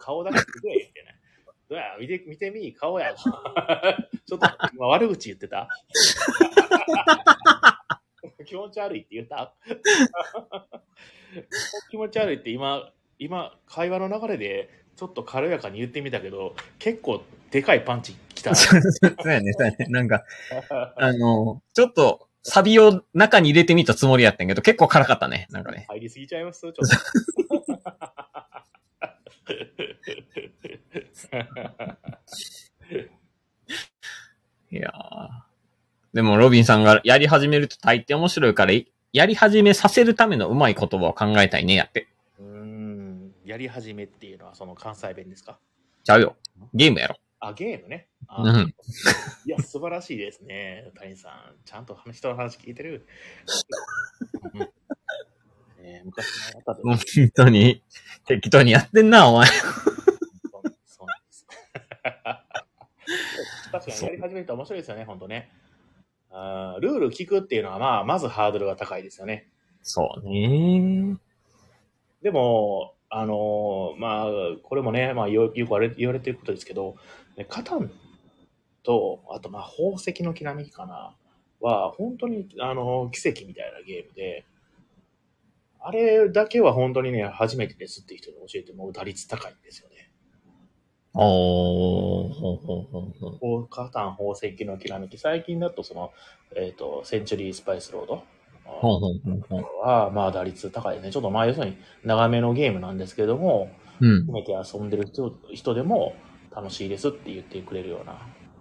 顔だけ見てみたいな。どうや、見て、見てみ、顔や。ちょっと今悪口言ってた気持ち悪いって言った気持ち悪いって今、今、会話の流れでちょっと軽やかに言ってみたけど、結構でかいパンチきた。 そうやね、そうやね。なんか、あの、ちょっと、サビを中に入れてみたつもりやったんやけど、結構辛かったね。なんかね。 入りすぎちゃいますちょっと。 いやー。でも、ロビンさんがやり始めると大抵面白いから、やり始めさせるためのうまい言葉を考えたいね、やって。 うーん、やり始めっていうのはその関西弁ですか？ ちゃうよ。ゲームやろ。 あ、ゲームね。あ、 うん。 いや、素晴らしいですね、谷さん。ちゃんと人の話聞いてる。うんね、昔のあったで本当に、適当にやってんな、お前。 そうなんです。確かにやり始めると面白いですよね、本当ね。あルール聞くっていうのは、まあ、まずハードルが高いですよね。 そうね。 でも、あのーまあ、これもね、まあ、よよく言われ言われてることですけど、ねカタンと、あと、まあ、宝石のきらめきかな、は、本当に、あのー奇跡みたいなゲームで、あれだけは本当にね、初めてですっていう人に教えても打率高いんですよね。 おー、ほうほうほうほう。 こうカタン宝石のきらめき、最近だとその、えっ、と、センチュリースパイスロードほうほうほうほう。 は、まあ打率高いね。ちょっとまあ要するに長めのゲームなんですけれども、 うん含。めて遊んでる人人でも楽しいですって言ってくれるような。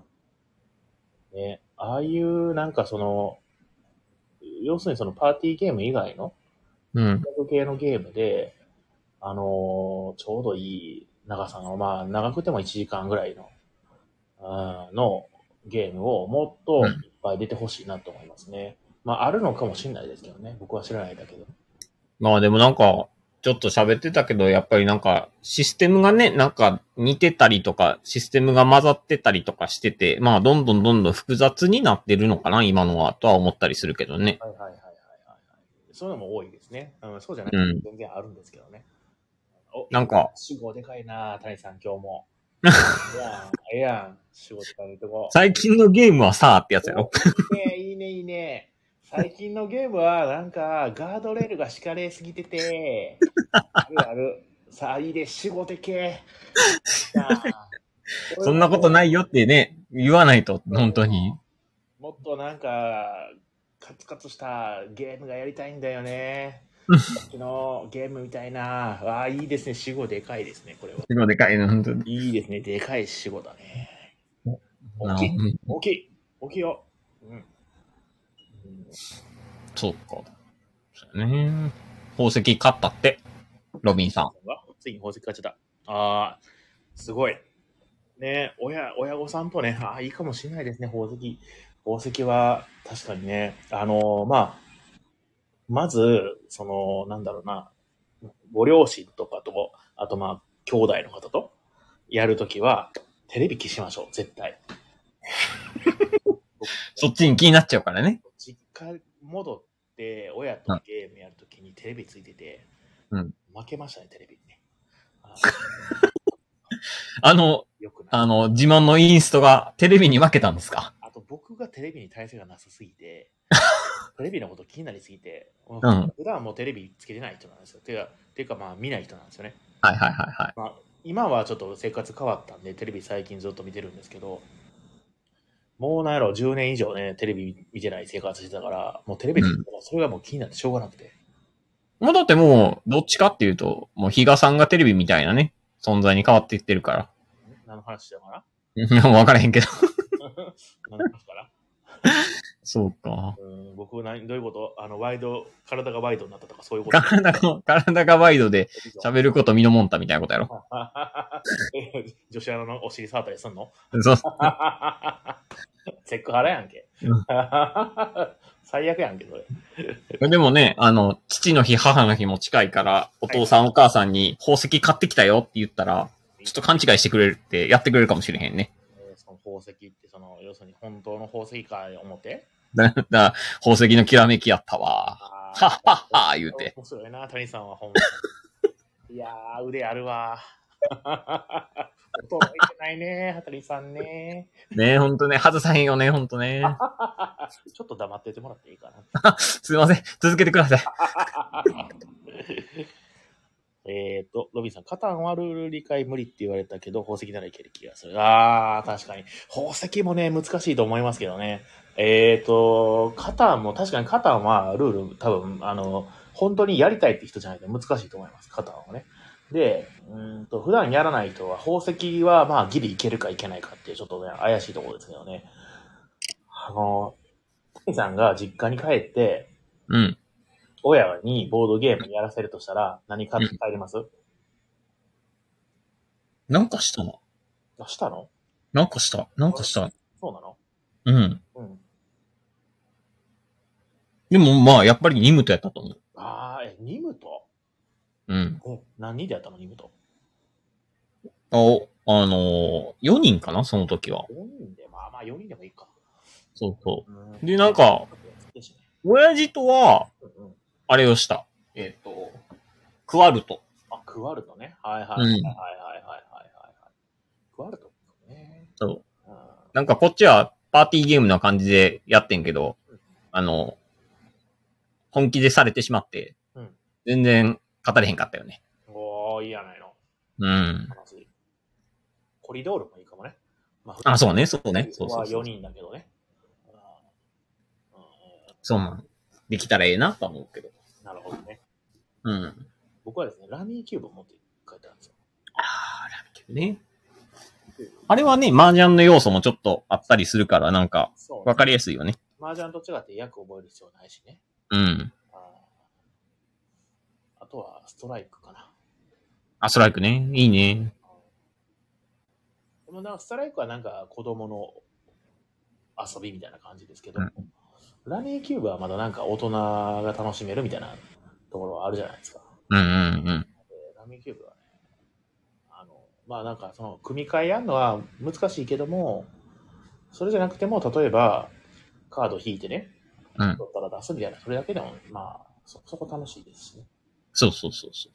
ね、ああいうなんかその、要するにそのパーティーゲーム以外の、 うん。 系のゲームで、あのーちょうどいい長さの、まあ長くてもいちじかんぐらいの、うんのゲームをもっといっうん。 ぱい出てほしいなと思いますね。まああるのかもしれないですけどね。僕は知らないだけど。 まあでもなんか、ちょっと喋ってたけど、やっぱりなんか、システムがね、なんか似てたりとか、システムが混ざってたりとかしてて、まあどんどんどんどん複雑になってるのかな、今のは、とは思ったりするけどね。 はいはいはいはいはいはい。そういうのも多いですね。うん、そうじゃないうん。 全然あるんですけどね。お、 なんか、 主語でかいな谷さん今日も。ええやん、ええやん。主語でかいとこ。 最近のゲームはさあってやつやろ。 いいね、いいね、いいね。最近のゲームは、なんか、ガードレールが敷かれすぎてて、あるある。さあ、いいで、主語でけ。なあそんなことないよってね、言わないと、本当に。 もっとなんか、カツカツしたゲームがやりたいんだよね。さっきのゲームみたいな。ああ、いいですね。死後でかいですね、これは。 すごいでかいの、本当に。 いいですね。でかい死後だね。大なきい。大きい。大きいよ。うん。うん、 そうか。そうね。宝石買ったって、ロビンさん。 ついに宝石買っちゃった。ああ、すごい。ね、親、親御さんとね、ああ、いいかもしれないですね、宝石。宝石は、確かにね、あのーまあ、まず、その、なんだろうな、ご両親とかと、あとまあ、兄弟の方とやるときは、テレビ消しましょう、絶対。 そっちに気になっちゃうからね。 実家戻って、親とゲームやるときにテレビついてて、 うん。 負けましたね、テレビにね。ああの、 よくない。 あの、自慢のインストがテレビに負けたんですか？ あと僕がテレビに耐性がなさすぎて、テレビのこと気になりすぎて、 ん普段もうテレビつけてない人なんですよ。てか、てかまあ見ない人なんですよね。 はいはいはいはい。 まあ、今はちょっと生活変わったんで、テレビ最近ずっと見てるんですけど、もうなんやろ、じゅうねん以上ね、テレビ見てない生活してたから、もうテレビつけたらそれがもう気になってしょうがなくて。 もうだってもう、どっちかっていうと、もう比嘉さんがテレビみたいなね、存在に変わっていってるから。 何の話だかないや、もう分からへんけど。 何の話かなそうか。 うん僕何、どういうことあの、ワイド、体がワイドになったとかそういうこと体が、体がワイドで喋ること身のもんたみたいなことやろ。 え女子アナのお尻触ったりすんのそう。 チェック払やんけ。 うん最悪やんけ、それ。 でもね、あの、父の日、母の日も近いから、お父さんお母さんに宝石買ってきたよって言ったら、ちょっと勘違いしてくれるってやってくれるかもしれへんね。 えーその宝石って、その、要するに本当の宝石か思ってだだから宝石のきらめきやったわ。 あはっはっは言うて。 面白いな、谷さんはほんまに。いやー、腕あるわ。 音いけないね、はたりさんね。 ねえ、ほんとね、外さへんよね、ほんとね。 ちょっと黙っててもらっていいかな。 すいません。続けてください。 えっと、ロビンさん、カタンはルール理解無理って言われたけど、宝石ならいける気がする。あー、確かに。宝石もね、難しいと思いますけどね。えっと、カタンも、確かにカタンはルール、多分、あの、本当にやりたいって人じゃないと難しいと思います、カタンはね。で、うんと、普段やらない人は、宝石は、まあ、ギリいけるかいけないかっていう、ちょっとね、怪しいところですけどね。あの、タイさんが実家に帰って、 うん。 親にボードゲームやらせるとしたら、何買って帰ります？ なんかしたな。 あ、したの？ なんかした。なんかした。 そうなの？ うん。 うん。 でもまあ、やっぱりニムトやったと思う。 ああ、え、ニムト？ うん。 え、何人でやったの、ニムト？ あ、あのー、よにんかなその時は。 よにんで、まあまあよにんでもいいか。 そうそう。 うん。 で、なんか、 ですね。 親父とは、 うんうん。 あれをした。えっ、と、クワルト。 あ、クワルトね。はいはいはいうんはいはいはいはいはい。クワルトね。 そう。 うん。 なんかこっちはパーティーゲームな感じでやってんけど、あの、本気でされてしまって、 うん。 全然語れへんかったよね。 おー、いいやないの。 うん。 話。コリドールもいいかもね。まあ、そうね、そうね。そうそうはそう。 よにんだけどね。うん。 そうなん。できたらええなと思うけど。 なるほどね。 うん。 僕はですね、ラミーキューブを持って帰ったんですよ。 あー、ラミキューブね。あれはね、麻雀の要素もちょっとあったりするから、なんか、 そう、ね。 わかりやすいよね。 麻雀と違って役覚える必要ないしね。 うん。 ああとは、ストライクかな。 あ、ストライクね。いいね。 でもなんかストライクはなんか子供の遊びみたいな感じですけど、うん、ラミーキューブはまだなんか大人が楽しめるみたいなところはあるじゃないですか。 うんうんうん。 ラミーキューブはね、あの、まあなんかその組み替えやるのは難しいけども、それじゃなくても例えばカード引いてね、 うん、 取ったら出すみたいな、それだけでもまあそ、そこ楽しいですしね。 そうそうそうそう。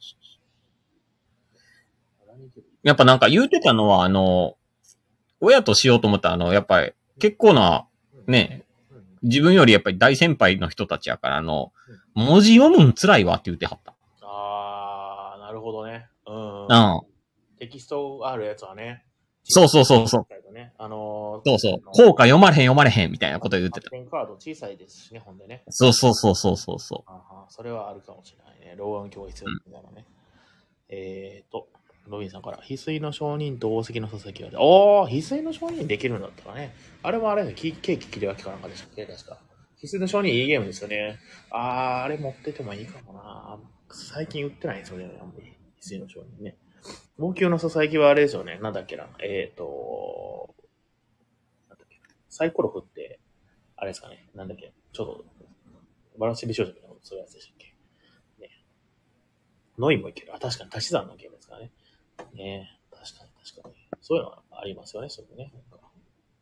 やっぱなんか言うてたのは、あの、親としようと思ったら、あの、やっぱり結構な、ね、自分よりやっぱり大先輩の人たちやから、あの、文字読むん辛いわって言ってはった。 あー、なるほどね。うん。 うん。 テキストあるやつはね。 そうそうそうそう。 ね、あのー、そうそう。効果読まれへん読まれへんみたいなこと言ってた。 カード小さいですしね、ほんでね。 そうそうそうそうそうそう。 あそれはあるかもしれないね。老眼鏡が必要みたいなね。うん、えーと、ロビンさんから、翡翠の証人と宝石の佐々木が、おー、翡翠の証人できるんだったらね。あれもあれね、ケーキ切り分けかなんかでしたっけ、確か。翡翠の証人いいゲームですよね。あー、あれ持っててもいいかもな。最近売ってないんですよね、あんまり。翡翠の証人ね。王宮の佐々木はあれですよね。なんだっけな。えーと、なんだっけ。サイコロ振って、あれですかね。なんだっけ。ちょっと、バランス美少女みたいなそういうやつでしたっけ。ね。ノイもいける。あ、確かに足し算のゲームですからね。ね確かに確かに。そういうのはありますよね、そういうね。なんか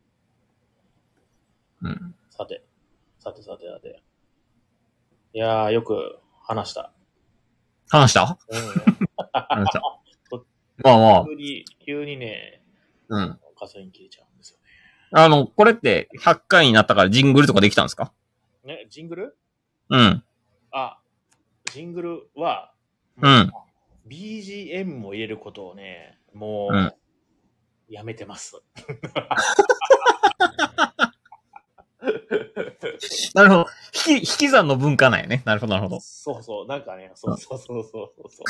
うん。 さて、さてさてさて。いやー、よく話した。 話した、うん、話した。まあまあ。 急に、急にね、 うん。 ガソリン切れちゃうんですよね。 あの、これってひゃっかいになったからジングルとかできたんですか？ ね、ジングル？ うん。 あ、ジングルは、 うん。 ビージーエム も入れることをね、もう、うん、やめてます。 なるほど。引き、引き算の文化なんやね。なるほど、なるほど。 そうそう。なんかね、そうそうそうそうそう。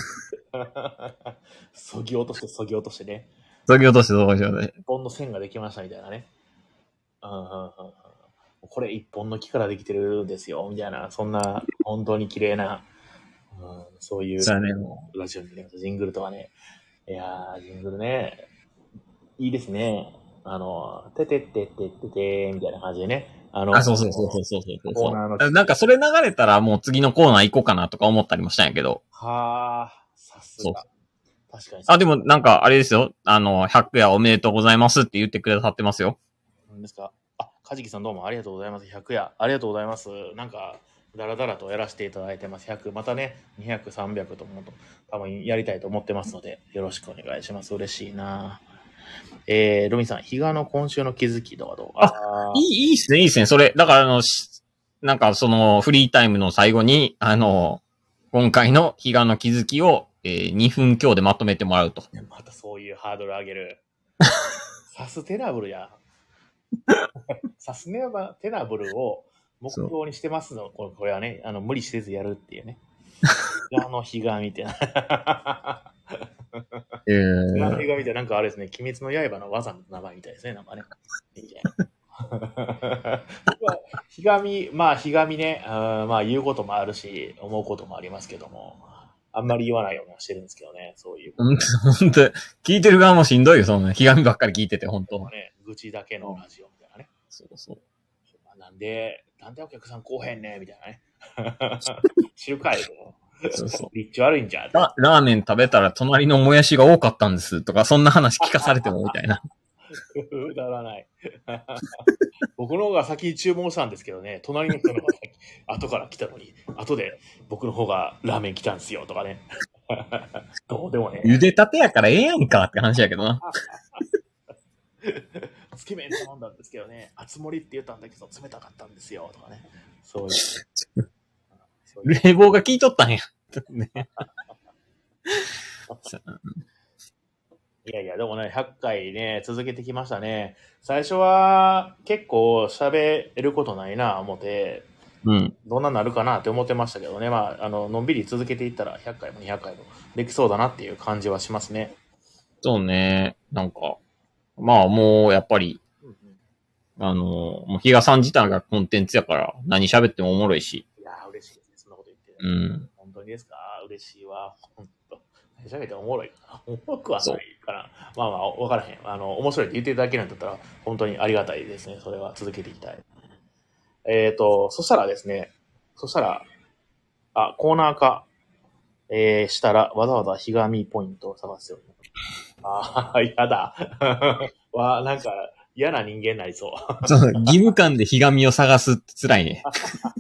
そぎ落として、そぎ落としてね。 そぎ落として、そぎ落として。 一本の線ができましたみたいなね。うんうんうん、これ一本の木からできてるんですよ、みたいな。そんな、本当に綺麗な、うん、そういうラジオになります。ジングルとはね。いやー、ジングルね。いいですね。あの、ててってってっててみたいな感じでね。あの、 あ、そうそうそうそうそうそうコーナーの。なんかそれ流れたらもう次のコーナー行こうかなとか思ったりもしたんやけど。 はあ、さすが。確かに。 あ、でもなんかあれですよ。あの、ひゃく夜おめでとうございますって言ってくださってますよ。 何ですか？あ、かじきさんどうもありがとうございます。ひゃく夜。ありがとうございます。なんか、 だらだらとやらせていただいてます。ひゃく、またね、にひゃく、さんびゃくとも多分やりたいと思ってますので、よろしくお願いします。嬉しいな。えー、ロミさん、比嘉の今週の気づきとはどう？ あ、いい、いいっすね、いいっすね。それ、だからあの、なんかそのフリータイムの最後に、あの、今回の比嘉の気づきを、えー、にふん強でまとめてもらうと。 またそういうハードル上げる。サステナブルや。サステナブルを目標にしてますの。これこれはね、あの無理せずやるっていうね。比嘉の比嘉みたいな。 えー、 比嘉の比嘉みたいな、なんかあれですね、鬼滅の刃の技の名前みたいですね、なんかね。いいじゃん。ひがみ、まあ、ひがみね、あまあ、言うこともあるし、思うこともありますけども、あんまり言わないようにはしてるんですけどね、そういう。 ほんと、ほんと、聞いてる側もしんどいよ、そんな。ひがみばっかり聞いてて、ほんと。 ね、愚痴だけのラジオみたいなね。 そうそう。 なんで、なんでお客さん来おへんねみたいなね。知るかいそうそう。 立地悪いんじゃん。 ララーメン食べたら隣のもやしが多かったんですとか、そんな話聞かされてもみたいな。 くだらない。僕の方が先に注文したんですけどね、隣の人の方が先後から来たのに、後で僕の方がラーメン来たんですよとかね。どうでもね。 茹でたてやからええやんかって話やけどな。 つけ麺頼んだんですけどね、厚盛りって言ったんだけど冷たかったんですよとかね。そういう。そういう冷房が効いとったんや。ね、 いやいや、でもね、ひゃっかいね、続けてきましたね。最初は結構喋ることないな、思って、 うん。 どんなになるかなって思ってましたけどね、まあ、あの、のんびり続けていったらひゃっかいもにひゃっかいもできそうだなっていう感じはしますね。 そうね。なんか、まあもうやっぱり、 うんうん、 あの、もう比嘉さん自体がコンテンツやから何喋ってもおもろいし。 いやー、嬉しいですね。そんなこと言って、ね。 うん。 本当にですか？嬉しいわ。本当。喋っておもろいかな。おもろくはないかな。まあまあ、わからへん。あの、面白いって言っていただけるんだったら、本当にありがたいですね。それは続けていきたい。えっ、ー、と、そしたらですね、そしたら、あ、コーナー化、えー、したら、わざわざひがみポイントを探すようになる。ああ、やだ。わなんか、嫌な人間になりそう。 そう、義務感でひがみを探すって辛いね。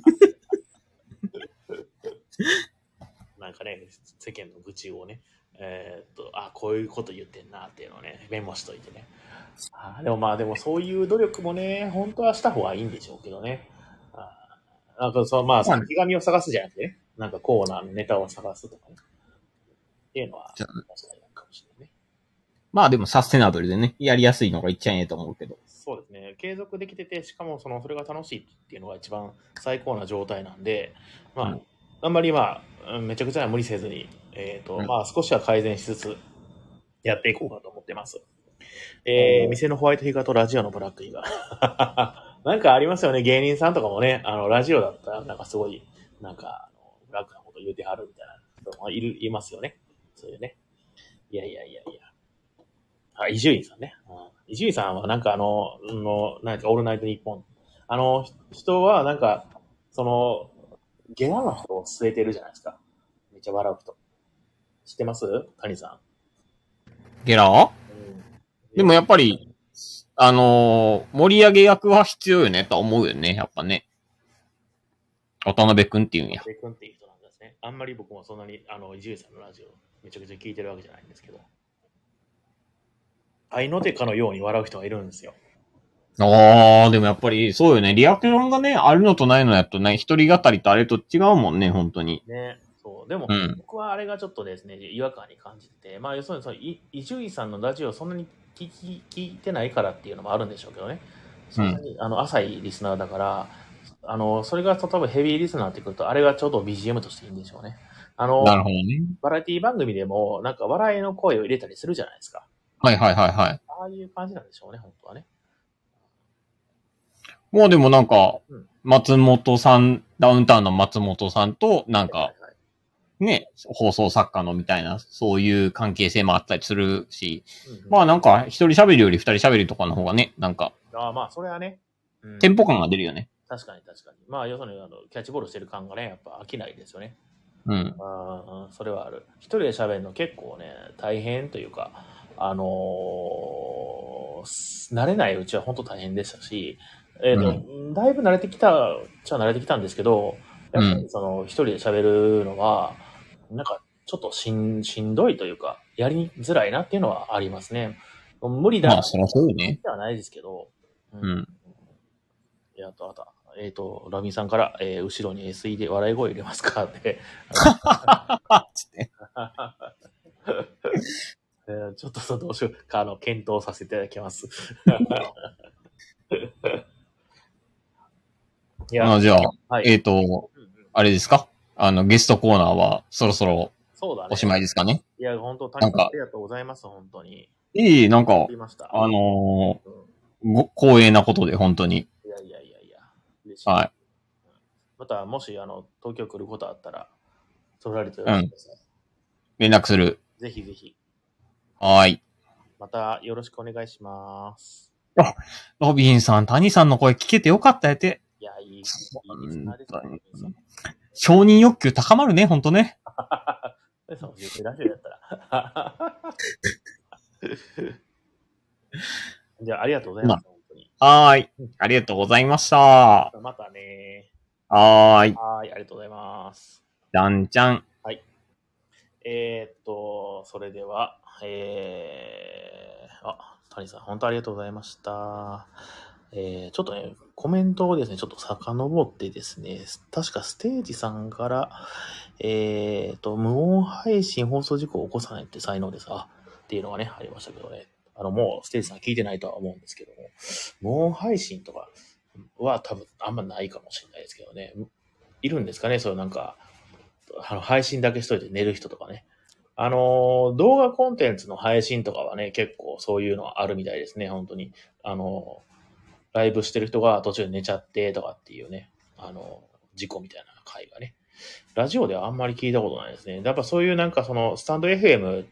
なんかね、世間の愚痴をね、えー、っと、あ、こういうこと言ってんなっていうのをね、メモしといてね。あでもまあ、でもそういう努力もね、本当はした方がいいんでしょうけどね。あなんかそう、まあ、ひがみを探すじゃなくてね、なんかコーナーのネタを探すとかね。っていうのは、確かにあるかもしれないね。 まあでもサステナブルでね、やりやすいのがいっちゃええと思うけど。 そうですね。継続できてて、しかもその、それが楽しいっていうのが一番最高な状態なんで、まあ、うん、あんまりまあ、めちゃくちゃ無理せずに、えっ、ー、と、うん、まあ少しは改善しつつ、やっていこうかと思ってます。えー、店のホワイトヒガとラジオのブラックヒガ。なんかありますよね。芸人さんとかもね、あの、ラジオだったら、なんかすごい、なんか、あのブラックなこと言うてはるみたいな人もいる、いますよね。そういうね。いやいやいやいや。あ、伊集院さんね。伊集院さんはなんかあの、の、なんかオールナイトニッポン。あの人はなんか、その、ゲラの人を据えてるじゃないですか。めっちゃ笑う人。知ってます谷さん。 ゲラは、うん、でもやっぱり、あのー、盛り上げ役は必要よねと思うよね、やっぱね。渡辺くんっていうんや。 渡辺くんっていう人なんですね。あんまり僕もそんなに、あの、伊集院さんのラジオめちゃくちゃ聞いてるわけじゃないんですけど。愛の手かのように笑う人がいるんですよ。 ああ、でもやっぱりそうよね。リアクションがね、あるのとないのやとね、一人語りとあれと違うもんね、本当に。 ね。そう。でも、うん、僕はあれがちょっとですね、違和感に感じてて、まあ、要するにその、伊集院さんのラジオをそんなに聞き、聞いてないからっていうのもあるんでしょうけどね。そんなに、うん、あの、浅いリスナーだから、あの、それが例えばヘビーリスナーってくると、あれがちょうど ビージーエム としていいんでしょうね。あの、 なるほどね。 バラエティ番組でも、なんか笑いの声を入れたりするじゃないですか。 はいはいはいはい。 ああいう感じなんでしょうね、本当はね。 もうでもなんか、うん、松本さん、ダウンタウンの松本さんと、なんか、はいはいはい、ね、放送作家のみたいな、そういう関係性もあったりするし、うんうん、まあなんか、一人喋りより二人喋りとかの方がね、なんか、 ああまあ、それはね、 うん、テンポ感が出るよね。 確かに確かに。まあ、要するにあの、キャッチボールしてる感がね、やっぱ飽きないですよね。 うん。 あそれはある。一人で喋るの結構ね、大変というか、あのー、慣れないうちは本当大変でしたし、えーとうん、だいぶ慣れてきたっちゃ慣れてきたんですけど、 やっぱりその一人で喋るのは、なんかちょっとしんしんどいというか、やりづらいなっていうのはありますね。無理だまあ、そりゃそうよね。 ではないですけど、ううん。 いや、あと、あと、えっ、と、ラミさんから、えー後ろに エスイー で笑い声入れますかって、 つって。 えーちょっとどうしようか、あの、検討させていただきます。いや、 あじゃあ、 はい。 えっ、と、 うんうん、 あれですかあの、ゲストコーナーはそろそろそうだね。 おしまいですかね。 いや、本当、谷さんあなんか、 りがとうございます、本当に。 いい、なんか、 ありました。 あのうん。 ーご、光栄なことで、本当に。 いやいやいやいや、嬉しい。 はい。 また、もし、あの、東京来ることあったら、取られてようん。 ろしくですね。 連絡する。 ぜひぜひ、 はーい。 またよろしくお願いします。 あ、ロビンさん、谷さんの声聞けてよかったやて。 いや、いい、いいリスナ本ーですよ、 当に谷さん。 承認欲求高まるね、ほんとね。 そう、言ってラジオやったら。じゃあ、ありがとうございまます、本当に。 あ、はーい。ありがとうございました。はまたね。 ーい。 はい、ありがとうございます。 じゃんじゃん。 はい。えー、っと、それでは、えー、あ、谷さん、本当ありがとうございました。えー、ちょっとね、コメントをですね、ちょっと遡ってですね、確かステージさんから、えーっと、無音配信放送事故を起こさないって才能です。あ、っていうのがね、ありましたけどね。あの、もうステージさん聞いてないとは思うんですけども、無音配信とかは多分あんまないかもしれないですけどね。いるんですかね、そういうなんか、あの配信だけしといて寝る人とかね。あの、動画コンテンツの配信とかはね、結構そういうのはあるみたいですね、本当に。あの、ライブしてる人が途中で寝ちゃってとかっていうね、あの、事故みたいな回がね。ラジオではあんまり聞いたことないですね。やっぱそういうなんかその、スタンド エフエム って、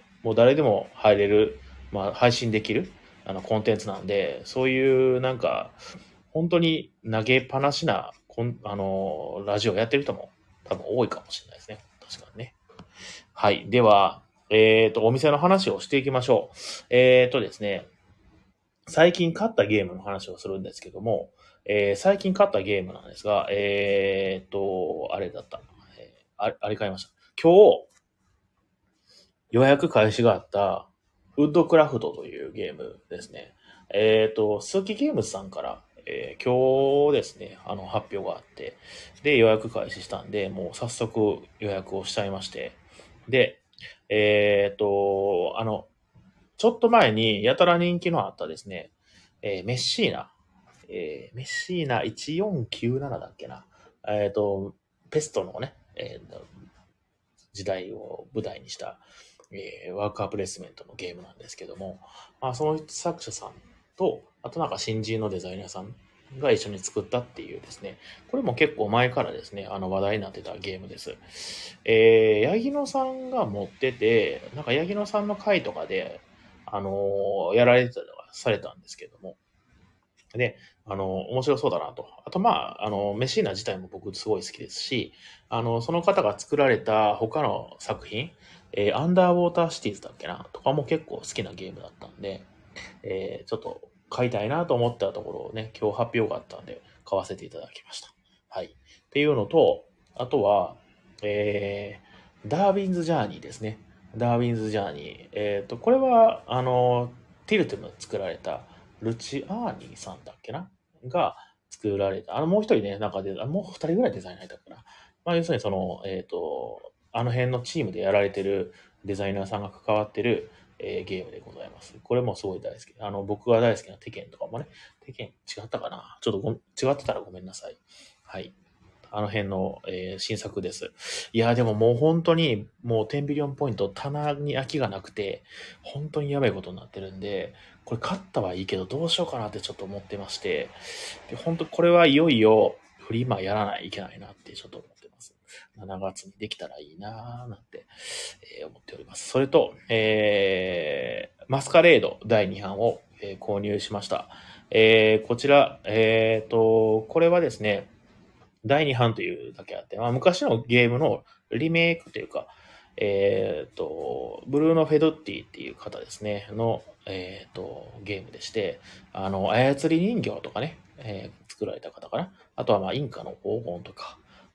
もう誰でも入れる、まあ配信できる、あの、コンテンツなんで、そういうなんか、本当に投げっぱなしな、こんあの、ラジオやってる人も多分多いかもしれないですね。確かにね。はい。では、えっと、お店の話をしていきましょう。えっとですね、最近買ったゲームの話をするんですけども、えー最近買ったゲームなんですが、えっと、あれだった。えーあれ、あれ買いました。今日、予約開始があった、ウッドクラフトというゲームですね。えっと、鈴木ゲームズさんから、えー今日ですね、あの、発表があって、で、予約開始したんで、もう早速予約をしちゃいまして、で、えっと、あの、ちょっと前にやたら人気のあったですね、えーメッシーナ、えーメッシーナいちよんきゅうななだっけな。えっと、ペストのね、えー時代を舞台にした、えーワークアプレイスメントのゲームなんですけども、まあ、その作者さんと、あとなんか新人のデザイナーさんが一緒に作ったっていうですね、これも結構前からですね、あの話題になってたゲームです。えー、八木野さんが持ってて、なんか八木野さんの回とかで、あのーやられてたりされたんですけども、で、あの、面白そうだなと。あと、まあ、あの、メシーナ自体も僕すごい好きですし、あの、その方が作られた他の作品、えーアンダーウォーターシティーズだっけなとかも結構好きなゲームだったんで、えーちょっと買いたいなと思ったところをね、今日発表があったんで、買わせていただきました。はい。っていうのと、あとは、えー、ダーウィンズ・ジャーニーですね。ダーウィンズ・ジャーニー。えっ、と、これは、あの、ティルトム作られた、ルチアーニーさんだっけなが作られた。あの、もう一人ね、なんかで、あもう二人ぐらいデザイナーいたかな。まあ、要するにその、えっ、と、あの辺のチームでやられてるデザイナーさんが関わってる、えーゲームでございます。これもすごい大好き。あの、僕が大好きなテケンとかもね、テケン違ったかなちょっとご違ってたらごめんなさい。はい。あの辺の、えー新作です。いや、でももう本当に、もうじゅうビリオンポイント、棚に空きがなくて、本当にやばいことになってるんで、これ勝ったはいいけど、どうしようかなってちょっと思ってまして、で本当これはいよいよフリマやらないといけないなってちょっと思ってます。しちがつにできたらいいなぁなんて、えー思っております。それと、えー、マスカレードだいに版を、えー購入しました。えーこちら、えっと、これはですね、だいに版というだけあって、まあ、昔のゲームのリメイクというか、えっ、と、ブルーノ・フェドッティっていう方ですね、の、えっ、と、ゲームでして、あの、操り人形とかね、えー作られた方かな。あとは、まあ、インカの黄金とか、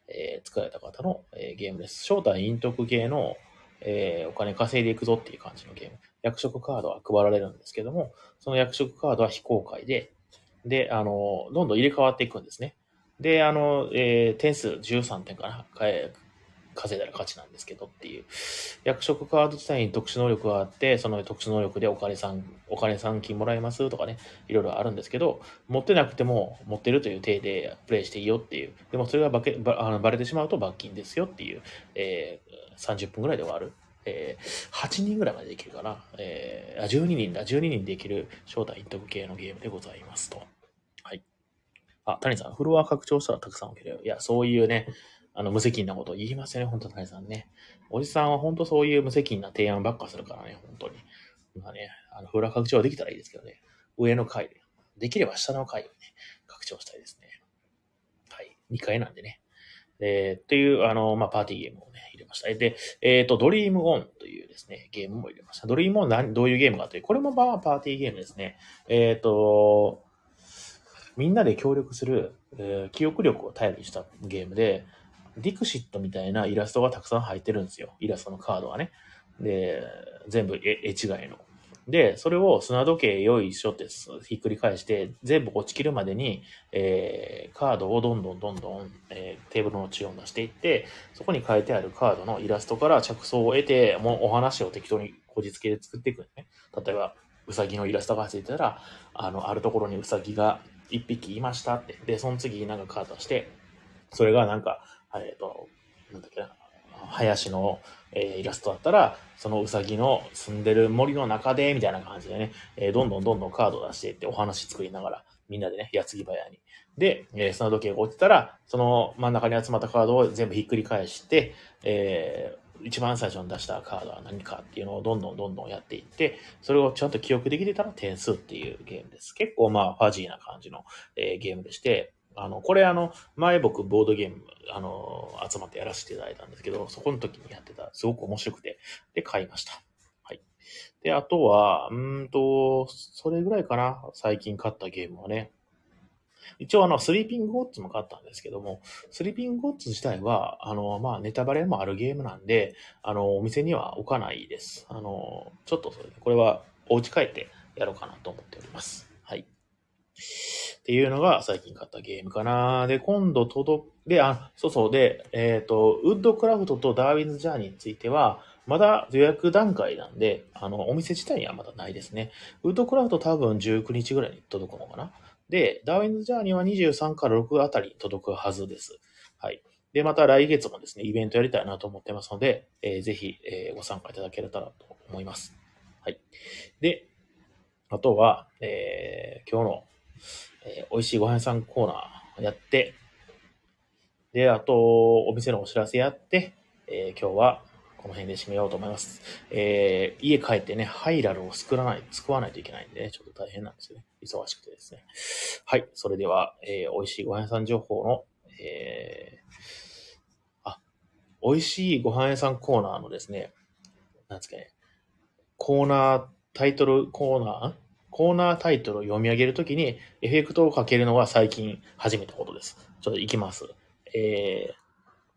えー作られた方の、えーゲームです。正体陰徳系の、えーお金稼いでいくぞっていう感じのゲーム。役職カードは配られるんですけども、その役職カードは非公開で、で、あの、どんどん入れ替わっていくんですね。で、あの、えー点数じゅうさんてんかな、かえ稼いだら勝ちなんですけどっていう。役職カード自体に特殊能力があって、その特殊能力でお金さん、お金さん金もらえますとかね、いろいろあるんですけど、持ってなくても持ってるという体でプレイしていいよっていう。でもそれがバケバあのバレてしまうと罰金ですよっていう、えーさんじゅっぷんぐらいで終わる。えーはちにんぐらいまでできるかな。えーあ、じゅうににんだ。じゅうににんできる正体陰徳系のゲームでございますと。はい。あ、谷さん、フロア拡張したらたくさん受けるよ。いや、そういうね、あの、無責任なことを言いますよね、本当谷さんね。おじさんは本当そういう無責任な提案ばっかするからね、本当に。まあね、あの、フロア拡張できたらいいですけどね。上の階で。できれば下の階をね、拡張したいですね。はい。にかいなんでね。えー、っていう、あの、まあ、パーティーゲームをね、入れました。で、えっ、と、ドリームオンというですね、ゲームも入れました。ドリームオン何、どういうゲームかという、これもまあ、パーティーゲームですね。えっ、と、みんなで協力する、えー記憶力を頼りにしたゲームで、ディクシットみたいなイラストがたくさん入ってるんですよ。イラストのカードがね。で、全部絵絵違いの。で、それを砂時計用意しようってひっくり返して、全部落ちきるまでに、えーカードをどんどんどんどん、えーテーブルの中央に出していって、そこに書いてあるカードのイラストから着想を得て、もうお話を適当にこじつけで作っていくんですね。例えば、うさぎのイラストがついてたら、あの、あるところにうさぎが一匹いましたって。で、その次なんかカードして、それがなんか、えっ、と、なんだっけな、林の、えーイラストだったら、そのうさぎの住んでる森の中で、みたいな感じでね、えーどんどんどんどんカードを出していってお話作りながら、みんなでね、矢継ぎ早に。で、えー砂時計が落ちたら、その真ん中に集まったカードを全部ひっくり返して、えー一番最初に出したカードは何かっていうのをどんどんどんどんやっていって、それをちゃんと記憶できてたら点数っていうゲームです。結構まあファジーな感じの、えーゲームでして、あの、これあの、前僕ボードゲーム、あの、集まってやらせていただいたんですけど、そこの時にやってた、すごく面白くて、で、買いました。はい。で、あとは、うーんと、それぐらいかな、最近買ったゲームはね。一応あの、スリーピングゴッツも買ったんですけども、スリーピングゴッツ自体は、あの、まあ、ネタバレもあるゲームなんで、あの、お店には置かないです。あの、ちょっとそれで、これはお家帰ってやろうかなと思っております。はい。っていうのが最近買ったゲームかな。で、今度届く、で、あ、そうそう。で、えっ、と、ウッドクラフトとダーウィンズジャーニーについては、まだ予約段階なんで、あの、お店自体にはまだないですね。ウッドクラフト多分じゅうくにちぐらいに届くのかな。で、ダーウィンズジャーニーはにじゅうさんからろくあたりに届くはずです。はい。で、また来月もですね、イベントやりたいなと思ってますので、えーぜひ、えーご参加いただけたらと思います。はい。で、あとは、えー今日のえー美味しいご飯屋さんコーナーやって、で、あと、お店のお知らせやって、えー今日はこの辺で締めようと思います。えー家帰ってね、ハイラルを作らない、作らないといけないんでね、ちょっと大変なんですよね。忙しくてですね。はい。それでは、えー美味しいご飯屋さん情報の、えーあ、美味しいご飯屋さんコーナーのですね、なんですかね、コーナー、タイトルコーナーコーナータイトルを読み上げるときにエフェクトをかけるのは最近始めたことです。ちょっといきます。えー、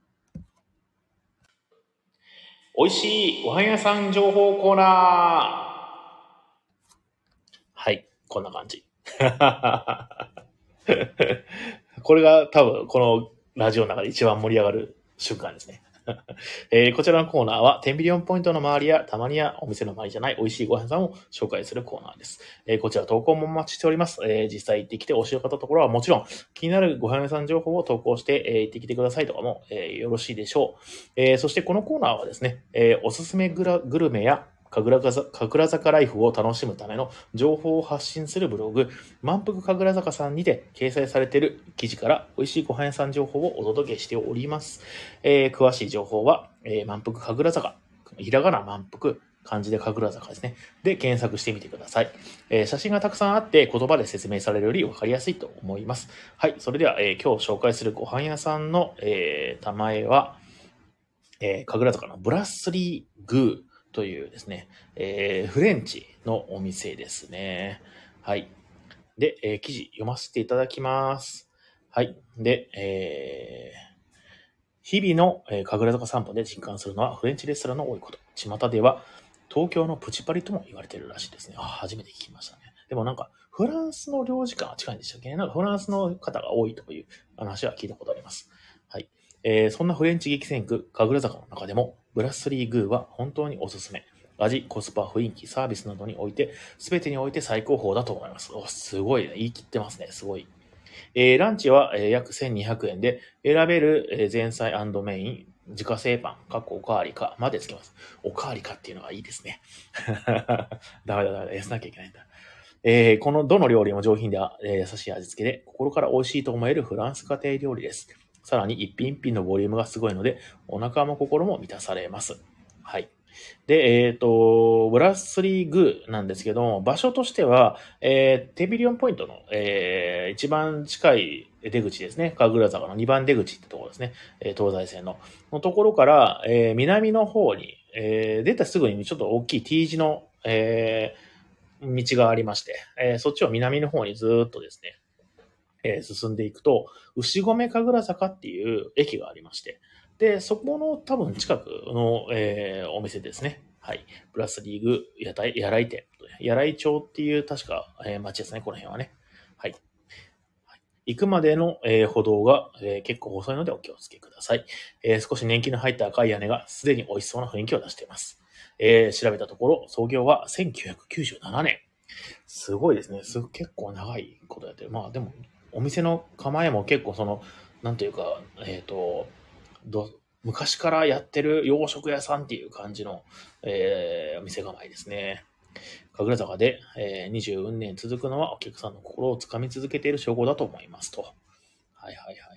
美味しいご飯屋さん情報コーナー。はい、こんな感じ。これが多分このラジオの中で一番盛り上がる瞬間ですね。えーこちらのコーナーは、テンビリオンポイントの周りや、たまにやお店の周りじゃない美味しいご飯屋さんを紹介するコーナーです。えーこちら投稿もお待ちしております。えー実際行ってきて教え方ところはもちろん、気になるご飯屋さん情報を投稿して、えー行ってきてくださいとかも、えーよろしいでしょう。えーそしてこのコーナーはですね、えーおすすめグラグルメや、神楽坂神楽坂ライフを楽しむための情報を発信するブログ、満腹神楽坂さんにて掲載されている記事から美味しいご飯屋さん情報をお届けしております。えー詳しい情報は、えー満腹神楽坂、ひらがな満腹、漢字で神楽坂ですね。で、検索してみてください。えー写真がたくさんあって言葉で説明されるより分かりやすいと思います。はい、それでは、えー今日紹介するご飯屋さんの、えー名前は、えー神楽坂のブラッスリーグーというですね、えーフレンチのお店ですね。はい。で、えー記事読ませていただきます。はい。で、えー日々の、えー神楽坂散歩で実感するのはフレンチレストランの多いこと。巷では東京のプチパリとも言われているらしいですね。あ、初めて聞きましたね。でもなんか、フランスの領事館は近いんでしたっけね。なんかフランスの方が多いという話は聞いたことあります。はい。えーそんなフレンチ激戦区、神楽坂の中でも、ブラッスリーグーは本当におすすめ。味、コスパ、雰囲気、サービスなどにおいて、すべてにおいて最高峰だと思います。お、すごいね。言い切ってますね。すごい。えーランチは、えー約せんにひゃくえんで、選べる、えー前菜&メイン、自家製パン、かっこおかわりかまでつけます。おかわりかっていうのがいいですね。ダメだダメだ。痩せなきゃいけないんだ。えーこのどの料理も上品で、えー優しい味付けで、心から美味しいと思えるフランス家庭料理です。さらに一品一品のボリュームがすごいので、お腹も心も満たされます。はい。で、えっ、と、ブラッスリーグなんですけども、場所としては、えーテビリオンポイントの、えー一番近い出口ですね。神楽坂のにばん出口ってところですね。えー東西線の。のところから、えー南の方に、えー出たすぐにちょっと大きい T 字の、えー道がありまして、えーそっちを南の方にずーっとですね、えー進んでいくと、牛込神楽坂っていう駅がありまして、で、そこの多分近くの、えーお店ですね。はい。プラスリーグ屋台、やらい店。やらい町っていう確か、えー町ですね、この辺はね。はい。行くまでの、えー歩道が、えー結構細いのでお気をつけください。えー少し年季の入った赤い屋根がすでに美味しそうな雰囲気を出しています。えー調べたところ、創業はせんきゅうひゃくきゅうじゅうななねん。すごいですね。す結構長いことやってる。まあでも、お店の構えも結構その、なんというか、えっ、と、ど昔からやってる洋食屋さんっていう感じの、えーお店構えですね。神楽坂で、えー、にじゅうねん続くのはお客さんの心をつかみ続けている証拠だと思いますと。はいはいはいはいはい。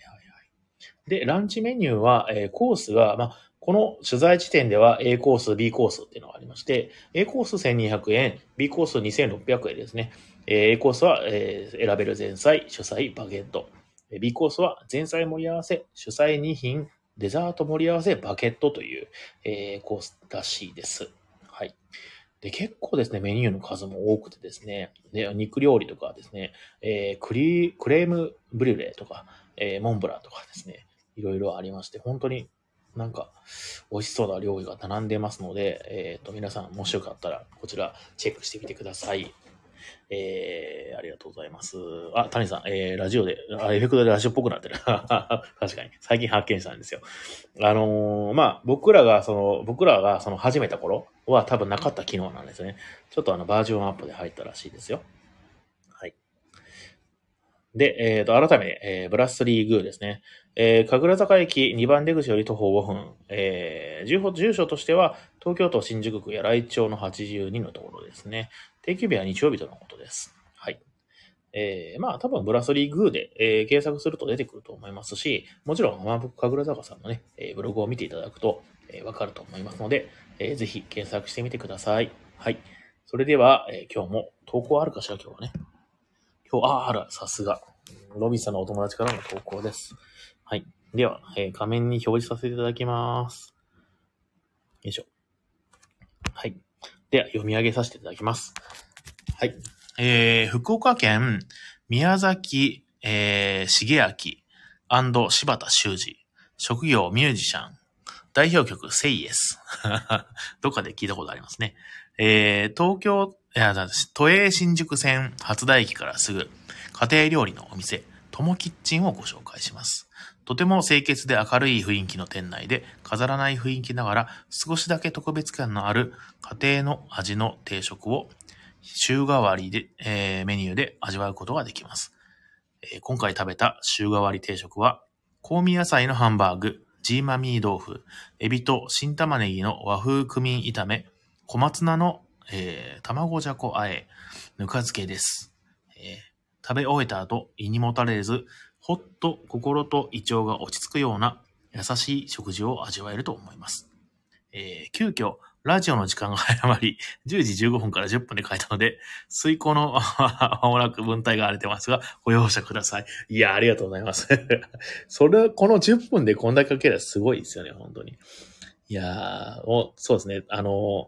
で、ランチメニューは、えーコースが、まあ、この取材時点では A コース、B コースっていうのがありまして、A コースせんにひゃくえん、B コースにせんろっぴゃくえんですね。えー A コースは、えー選べる前菜、主菜、バゲット。えー B コースは前菜盛り合わせ、主菜に品、デザート盛り合わせ、バゲットという、えーコースらしいです。はい。で、結構ですね、メニューの数も多くてですね、で、肉料理とかですね、えークリクレームブリュレとか、えーモンブランとかですね、いろいろありまして、本当になんか美味しそうな料理が並んでますので、えっと、皆さんもしよかったらこちらチェックしてみてください。えー、ありがとうございます。あ、谷さん、えー、ラジオで、あ、エフェクトでラジオっぽくなってる。確かに。最近発見したんですよ。あのーまあ、僕らが、その、僕らがその始めた頃は多分なかった機能なんですね。ちょっとあの、バージョンアップで入ったらしいですよ。はい。で、えっ、と、改めて、えーブラッスリーグーですね。えー、神楽坂駅にばん出口より徒歩ごふん。えー、住所住所としては、東京都新宿区柳井町のはちじゅうにのところですね。定休日は日曜日とのことです。はい。えー、まあ、多分ブラスリーグーで、えー検索すると出てくると思いますし、もちろん、まあ、僕、神楽坂さんのね、えーブログを見ていただくと、えーわかると思いますので、えーぜひ検索してみてください。はい。それでは、えー今日も投稿あるかしら、今日はね。今日、あ、ある、さすが。ロビンさんのお友達からの投稿です。はい。では、えー画面に表示させていただきます。よいしょ。はい。では、読み上げさせていただきます。はい。えー、福岡県宮崎、えー、重明柴田修二。職業ミュージシャン。代表曲 Say Yes。どっかで聞いたことありますね。えー、東京、いや、都営新宿線初台駅からすぐ、家庭料理のお店、ともキッチンをご紹介します。とても清潔で明るい雰囲気の店内で、飾らない雰囲気ながら、少しだけ特別感のある家庭の味の定食を、週替わりで、えーメニューで味わうことができます。えー今回食べた週替わり定食は、香味野菜のハンバーグ、ジーマミー豆腐、エビと新玉ねぎの和風クミン炒め、小松菜の、えー卵じゃこあえ、ぬか漬けです。えー食べ終えた後、胃にもたれず、ほっと心と胃腸が落ち着くような優しい食事を味わえると思います。えー急遽、ラジオの時間が早まり、じゅうじじゅうごふんからじゅっぷんで書いたので、遂行の間もなく文体が荒れてますが、ご容赦ください。いや、ありがとうございます。それ、このじゅっぷんでこんだけ書けるのはすごいですよね、本当に。いやー、おそうですね。あの、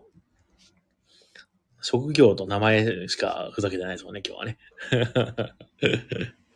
職業と名前しかふざけてないですもんね、今日はね。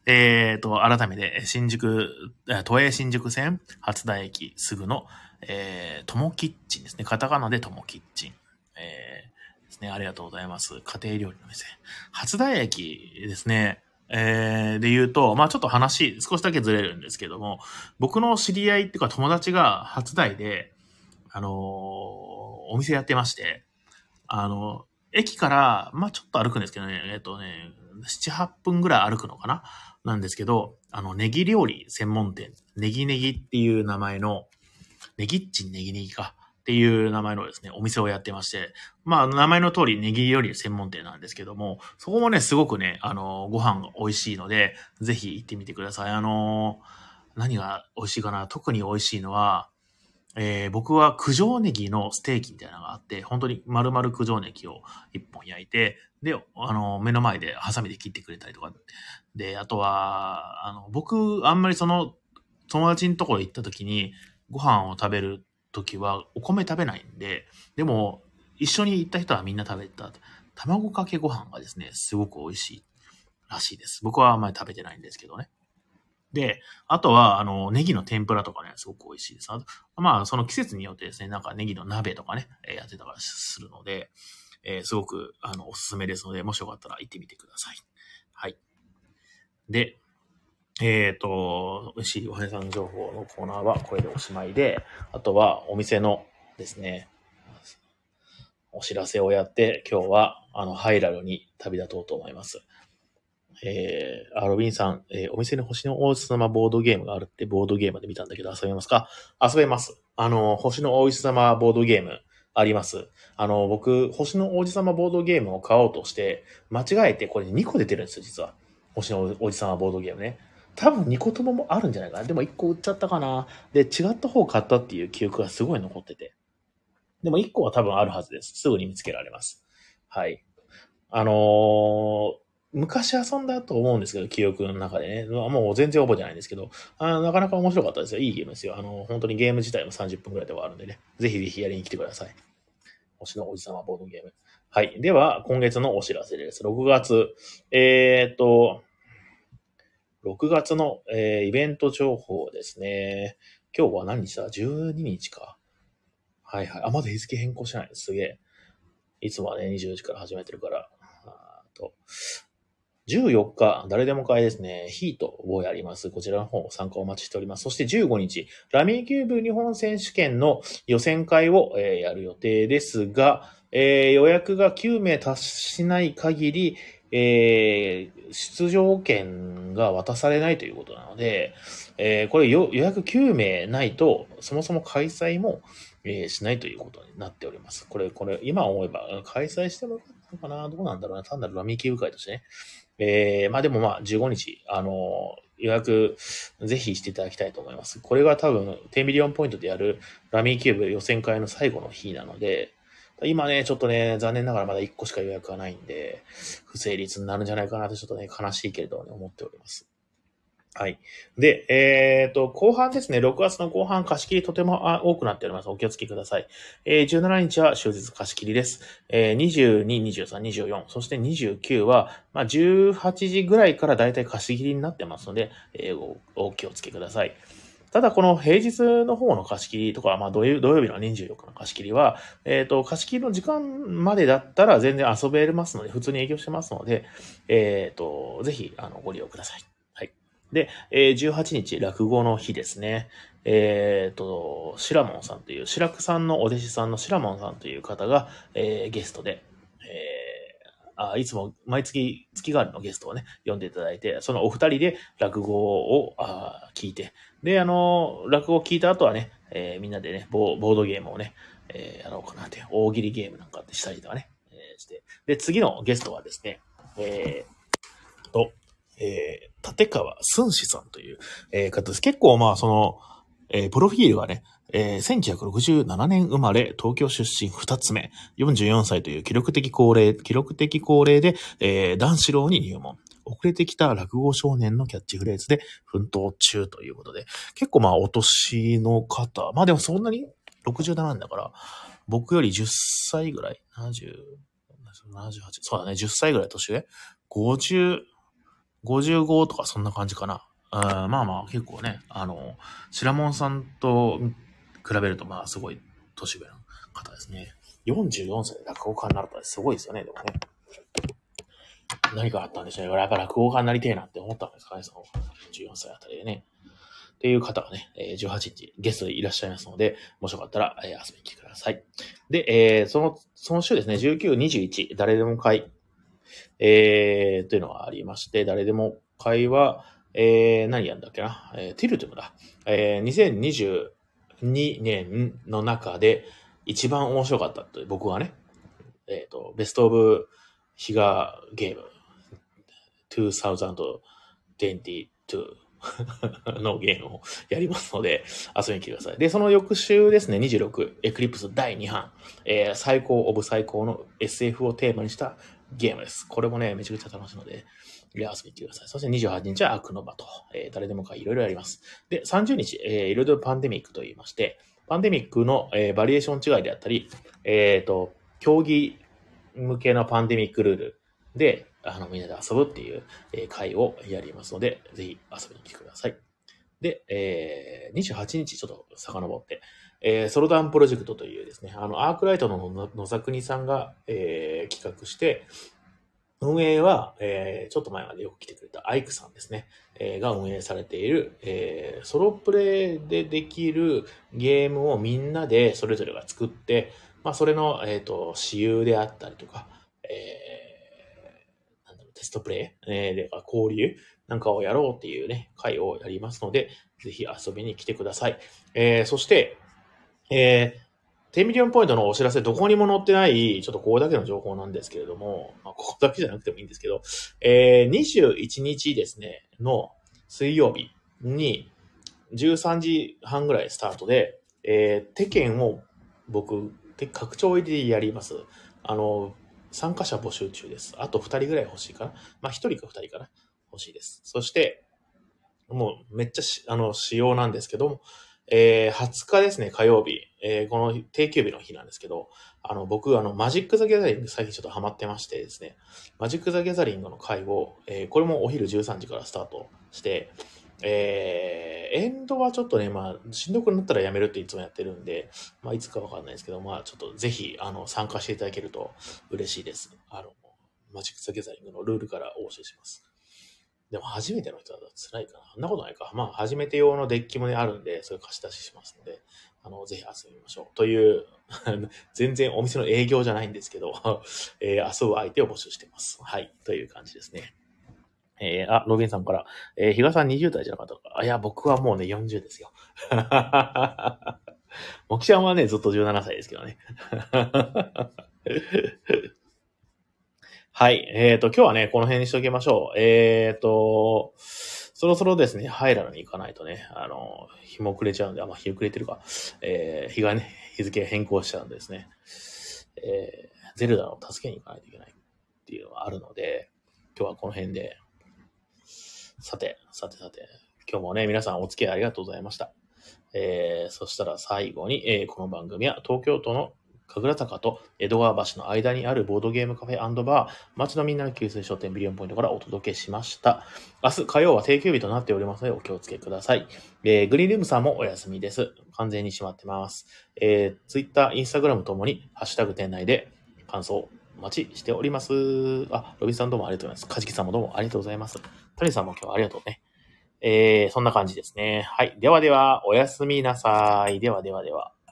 えっと、改めて、新宿、都営新宿線、初台駅すぐの、えー、ともキッチンですね。カタカナでともキッチン。えー、ですね。ありがとうございます。家庭料理の店。初台駅ですね。えー、で言うと、まあちょっと話、少しだけずれるんですけども、僕の知り合いっていうか友達が初台で、あのー、お店やってまして、あの、駅から、まあちょっと歩くんですけどね、えっとね、なな、はっぷんぐらい歩くのかななんですけど、あの、ネギ料理専門店、ネギネギっていう名前の、ネギッチンネギネギかっていう名前のですね、お店をやってまして、まあ、名前の通りネギ料理専門店なんですけども、そこもね、すごくね、あの、ご飯が美味しいので、ぜひ行ってみてください。あの、何が美味しいかな特に美味しいのは、えー、僕は九条ネギのステーキみたいなのがあって、本当に丸々九条ネギを一本焼いて、で、あの、目の前でハサミで切ってくれたりとか。で、あとは、あの、僕、あんまりその、友達のところ行った時に、ご飯を食べる時は、お米食べないんで、でも、一緒に行った人はみんな食べた。卵かけご飯がですね、すごく美味しいらしいです。僕はあんまり食べてないんですけどね。で、あとは、あの、ネギの天ぷらとかね、すごく美味しいです。あとまあ、その季節によってですね、なんかネギの鍋とかね、えーやってたりするので、えーすごく、あの、おすすめですので、もしよかったら行ってみてください。はい。で、えっと、美味しいおはよさん情報のコーナーはこれでおしまいで、あとはお店のですね、お知らせをやって、今日は、あの、ハイラルに旅立とうと思います。えー、あ、ロビンさん、えーお店に星の王子様ボードゲームがあるってボードゲームで見たんだけど遊べますか？遊べます。あの、星の王子様ボードゲームあります。あの、僕、星の王子様ボードゲームを買おうとして、間違えてこれにこ出てるんですよ、実は。星の王子様ボードゲームね。多分にことももあるんじゃないかな。でもいっこ売っちゃったかな。で、違った方を買ったっていう記憶がすごい残ってて。でもいっこは多分あるはずです。すぐに見つけられます。はい。あのー昔遊んだと思うんですけど、記憶の中でね。もう全然覚えてないんですけど、あのなかなか面白かったですよ。いいゲームですよ。あの、本当にゲーム自体もさんじゅっぷんくらいではあるんでね。ぜひぜひやりに来てください。星のおじさまボードゲーム。はい。では、今月のお知らせです。ろくがつ、えーっと、ろくがつの、えーイベント情報ですね。今日は何日だ ?じゅうににちか。はいはい。あ、まだ日付変更してないです。すげえ。いつもはね、にじゅうよじから始めてるから。あとじゅうよっか、誰でも会ですね。ヒートをやります。こちらの方参加お待ちしております。そしてじゅうごにち、ラミーキューブ日本選手権の予選会を、えーやる予定ですが、えー予約がきゅうめい達しない限り、えー出場権が渡されないということなので、えーこれ予約きゅうめいないと、そもそも開催も、えーしないということになっております。これ、これ、今思えば開催してもよかったのかな？どうなんだろうな。単なるラミーキューブ会としてね。えー、まあでもまあじゅうごにち、あの予約ぜひしていただきたいと思います。これが多分じゅうミリオンポイントでやるラミーキューブ予選会の最後の日なので、今ね、ちょっとね、残念ながらまだいっこしか予約がないんで、不成立になるんじゃないかなとちょっとね、悲しいけれど、ね、思っております。はい。で、えっ、と、後半ですね、ろくがつの後半貸し切りとても多くなっております。お気をつけください。えー、じゅうしちにちは終日貸し切りです。えー、にじゅうに、にじゅうさん、にじゅうよん、そしてにじゅうくは、まあ、じゅうはちじぐらいからだいたい貸し切りになってますので、えー、お, お気をつけください。ただ、この平日の方の貸し切りとか、まあ土曜、土曜日のにじゅうよっかの貸し切りは、えっ、と、貸し切りの時間までだったら全然遊べますので、普通に営業してますので、えっ、と、ぜひ、あの、ご利用ください。で、えー、じゅうはちにち、落語の日ですね。えっ、と、シラモンさんという、白くさんのお弟子さんのシラモンさんという方が、えー、ゲストで、えー、あいつも毎月月替わりのゲストをね、呼んでいただいて、そのお二人で落語をあ聞いて、で、あの、落語を聞いた後はね、えー、みんなでねボ、ボードゲームをね、えー、やろうかなって、大喜利ゲームなんかってしたりとかね、えー、して。で、次のゲストはですね、えー、と、えー、立川寸志さんという、えー、方です。結構まあその、えー、プロフィールはね、えー、せんきゅうひゃくろくじゅうななねん生まれ、東京出身ふたつめ、よんじゅうよんさいという記録的高齢、記録的高齢で、えー、男子郎に入門。遅れてきた落語少年のキャッチフレーズで奮闘中ということで、結構まあお年の方、まあでもそんなにろくじゅうななねんだから、僕よりじゅっさいぐらい、ななじゅう、ななじゅうはち、そうだね、じゅっさいぐらい年上 ?ごじゅう、 ごじゅうごとかそんな感じかな。あまあまあ結構ね、あの、白門さんと比べるとまあすごい年上の方ですね。よんじゅうよんさいで落語家になるとすごいですよね、でもね。何かあったんでしょうね。やっぱ落語家になりてえなって思ったんですかね、そのよんじゅうよんさいあたりでね。っていう方がね、じゅうはちにちゲストでいらっしゃいますので、もしよかったら遊びに来てください。で、えー、その、その週ですね、じゅうく、にじゅういち、誰でも会、えー、というのがありまして、誰でも会は、えー、何やんだっけな、えー、ティルトゥムだ。えー、にせんにじゅうにねんの中で一番面白かったと、僕はね、えっと、ベストオブヒガーゲームにせんにじゅうにのゲームをやりますので、遊びに来てください。で、その翌週ですね、にじゅうろく、エクリプスだいに版、えー、最高オブ最高の エスエフ をテーマにしたゲームです。これもね、めちゃくちゃ楽しいので、遊びに来てください。そしてにじゅうはちにちは悪の場と、えー、誰でもかいろいろやります。で、さんじゅうにち、えー、いろいろパンデミックと言いまして、パンデミックの、えー、バリエーション違いであったり、えっと、競技向けのパンデミックルールで、あの、みんなで遊ぶっていう、えー、会をやりますので、ぜひ遊びに来てください。で、えー、にじゅうはちにちちょっと遡って、えー、ソロダウンプロジェクトというですね、あの、アークライトの野沢国さんが、えー、企画して、運営は、えー、ちょっと前までよく来てくれたアイクさんですね、えー、が運営されている、えー、ソロプレイでできるゲームをみんなでそれぞれが作って、まあ、それの、えっと、私有であったりとか、えー、なんだろう、テストプレイ、えー、で交流なんかをやろうっていうね、会をやりますので、ぜひ遊びに来てください。えー、そして、えー、じゅうミリオンポイントのお知らせどこにも載ってない、ちょっとここだけの情報なんですけれども、まあ、ここだけじゃなくてもいいんですけど、えー、にじゅういちにちですね、の水曜日にじゅうさんじはんぐらいスタートで、えー、テケンを僕、拡張入りでやります。あの、参加者募集中です。あとふたりぐらい欲しいかな。まあひとりかふたりかな。欲しいです。そして、もうめっちゃし、あの、仕様なんですけども、えー、はつかですね、火曜日、えー、この定休日の日なんですけど、あの、僕、あの、マジック・ザ・ギャザリング最近ちょっとハマってましてですね、マジック・ザ・ギャザリングの会を、えー、これもお昼じゅうさんじからスタートして、えー、エンドはちょっとね、まあ、しんどくなったらやめるっていつもやってるんで、まあ、いつかわかんないですけど、まあ、ちょっとぜひ、あの、参加していただけると嬉しいです。あの、マジック・ザ・ギャザリングのルールからお教えします。でも初めての人だと辛いかな。そんなことないか。まあ、初めて用のデッキもね、あるんで、それ貸し出ししますので、あの、ぜひ遊びましょう。という、全然お店の営業じゃないんですけど、えー、遊ぶ相手を募集しています。はい。という感じですね。えー、あ、ロビンさんから、えー、比嘉さんにじゅう代じゃなかったか。あ、いや、僕はもうね、よんじゅうですよ。もきちゃんはね、ずっとじゅうななさいですけどね。はい。えっ、ー、と、今日はね、この辺にしておきましょう。えっ、ー、と、そろそろですね、ハイラルに行かないとね、あの、日も暮れちゃうんで、あ、まあ、日暮れてるか。えー、日がね、日付変更しちゃうんですね。えー、ゼルダを助けに行かないといけないっていうのがあるので、今日はこの辺で。さて、さてさて、今日もね、皆さんお付き合いありがとうございました。えー、そしたら最後に、えー、この番組は東京都の神楽坂と江戸川橋の間にあるボードゲームカフェ&バー、街のみんなの給水商店ビリオンポイントからお届けしました。明日火曜は定休日となっておりますのでお気をつけください。えー、グリーンルームさんもお休みです。完全に閉まってます。えー、Twitter、Instagram ともにハッシュタグ店内で感想お待ちしております。あ、ロビンさんどうもありがとうございます。カジキさんもどうもありがとうございます。タニさんも今日はありがとうね。えー、そんな感じですね。はい。ではでは、おやすみなさい。ではではでは。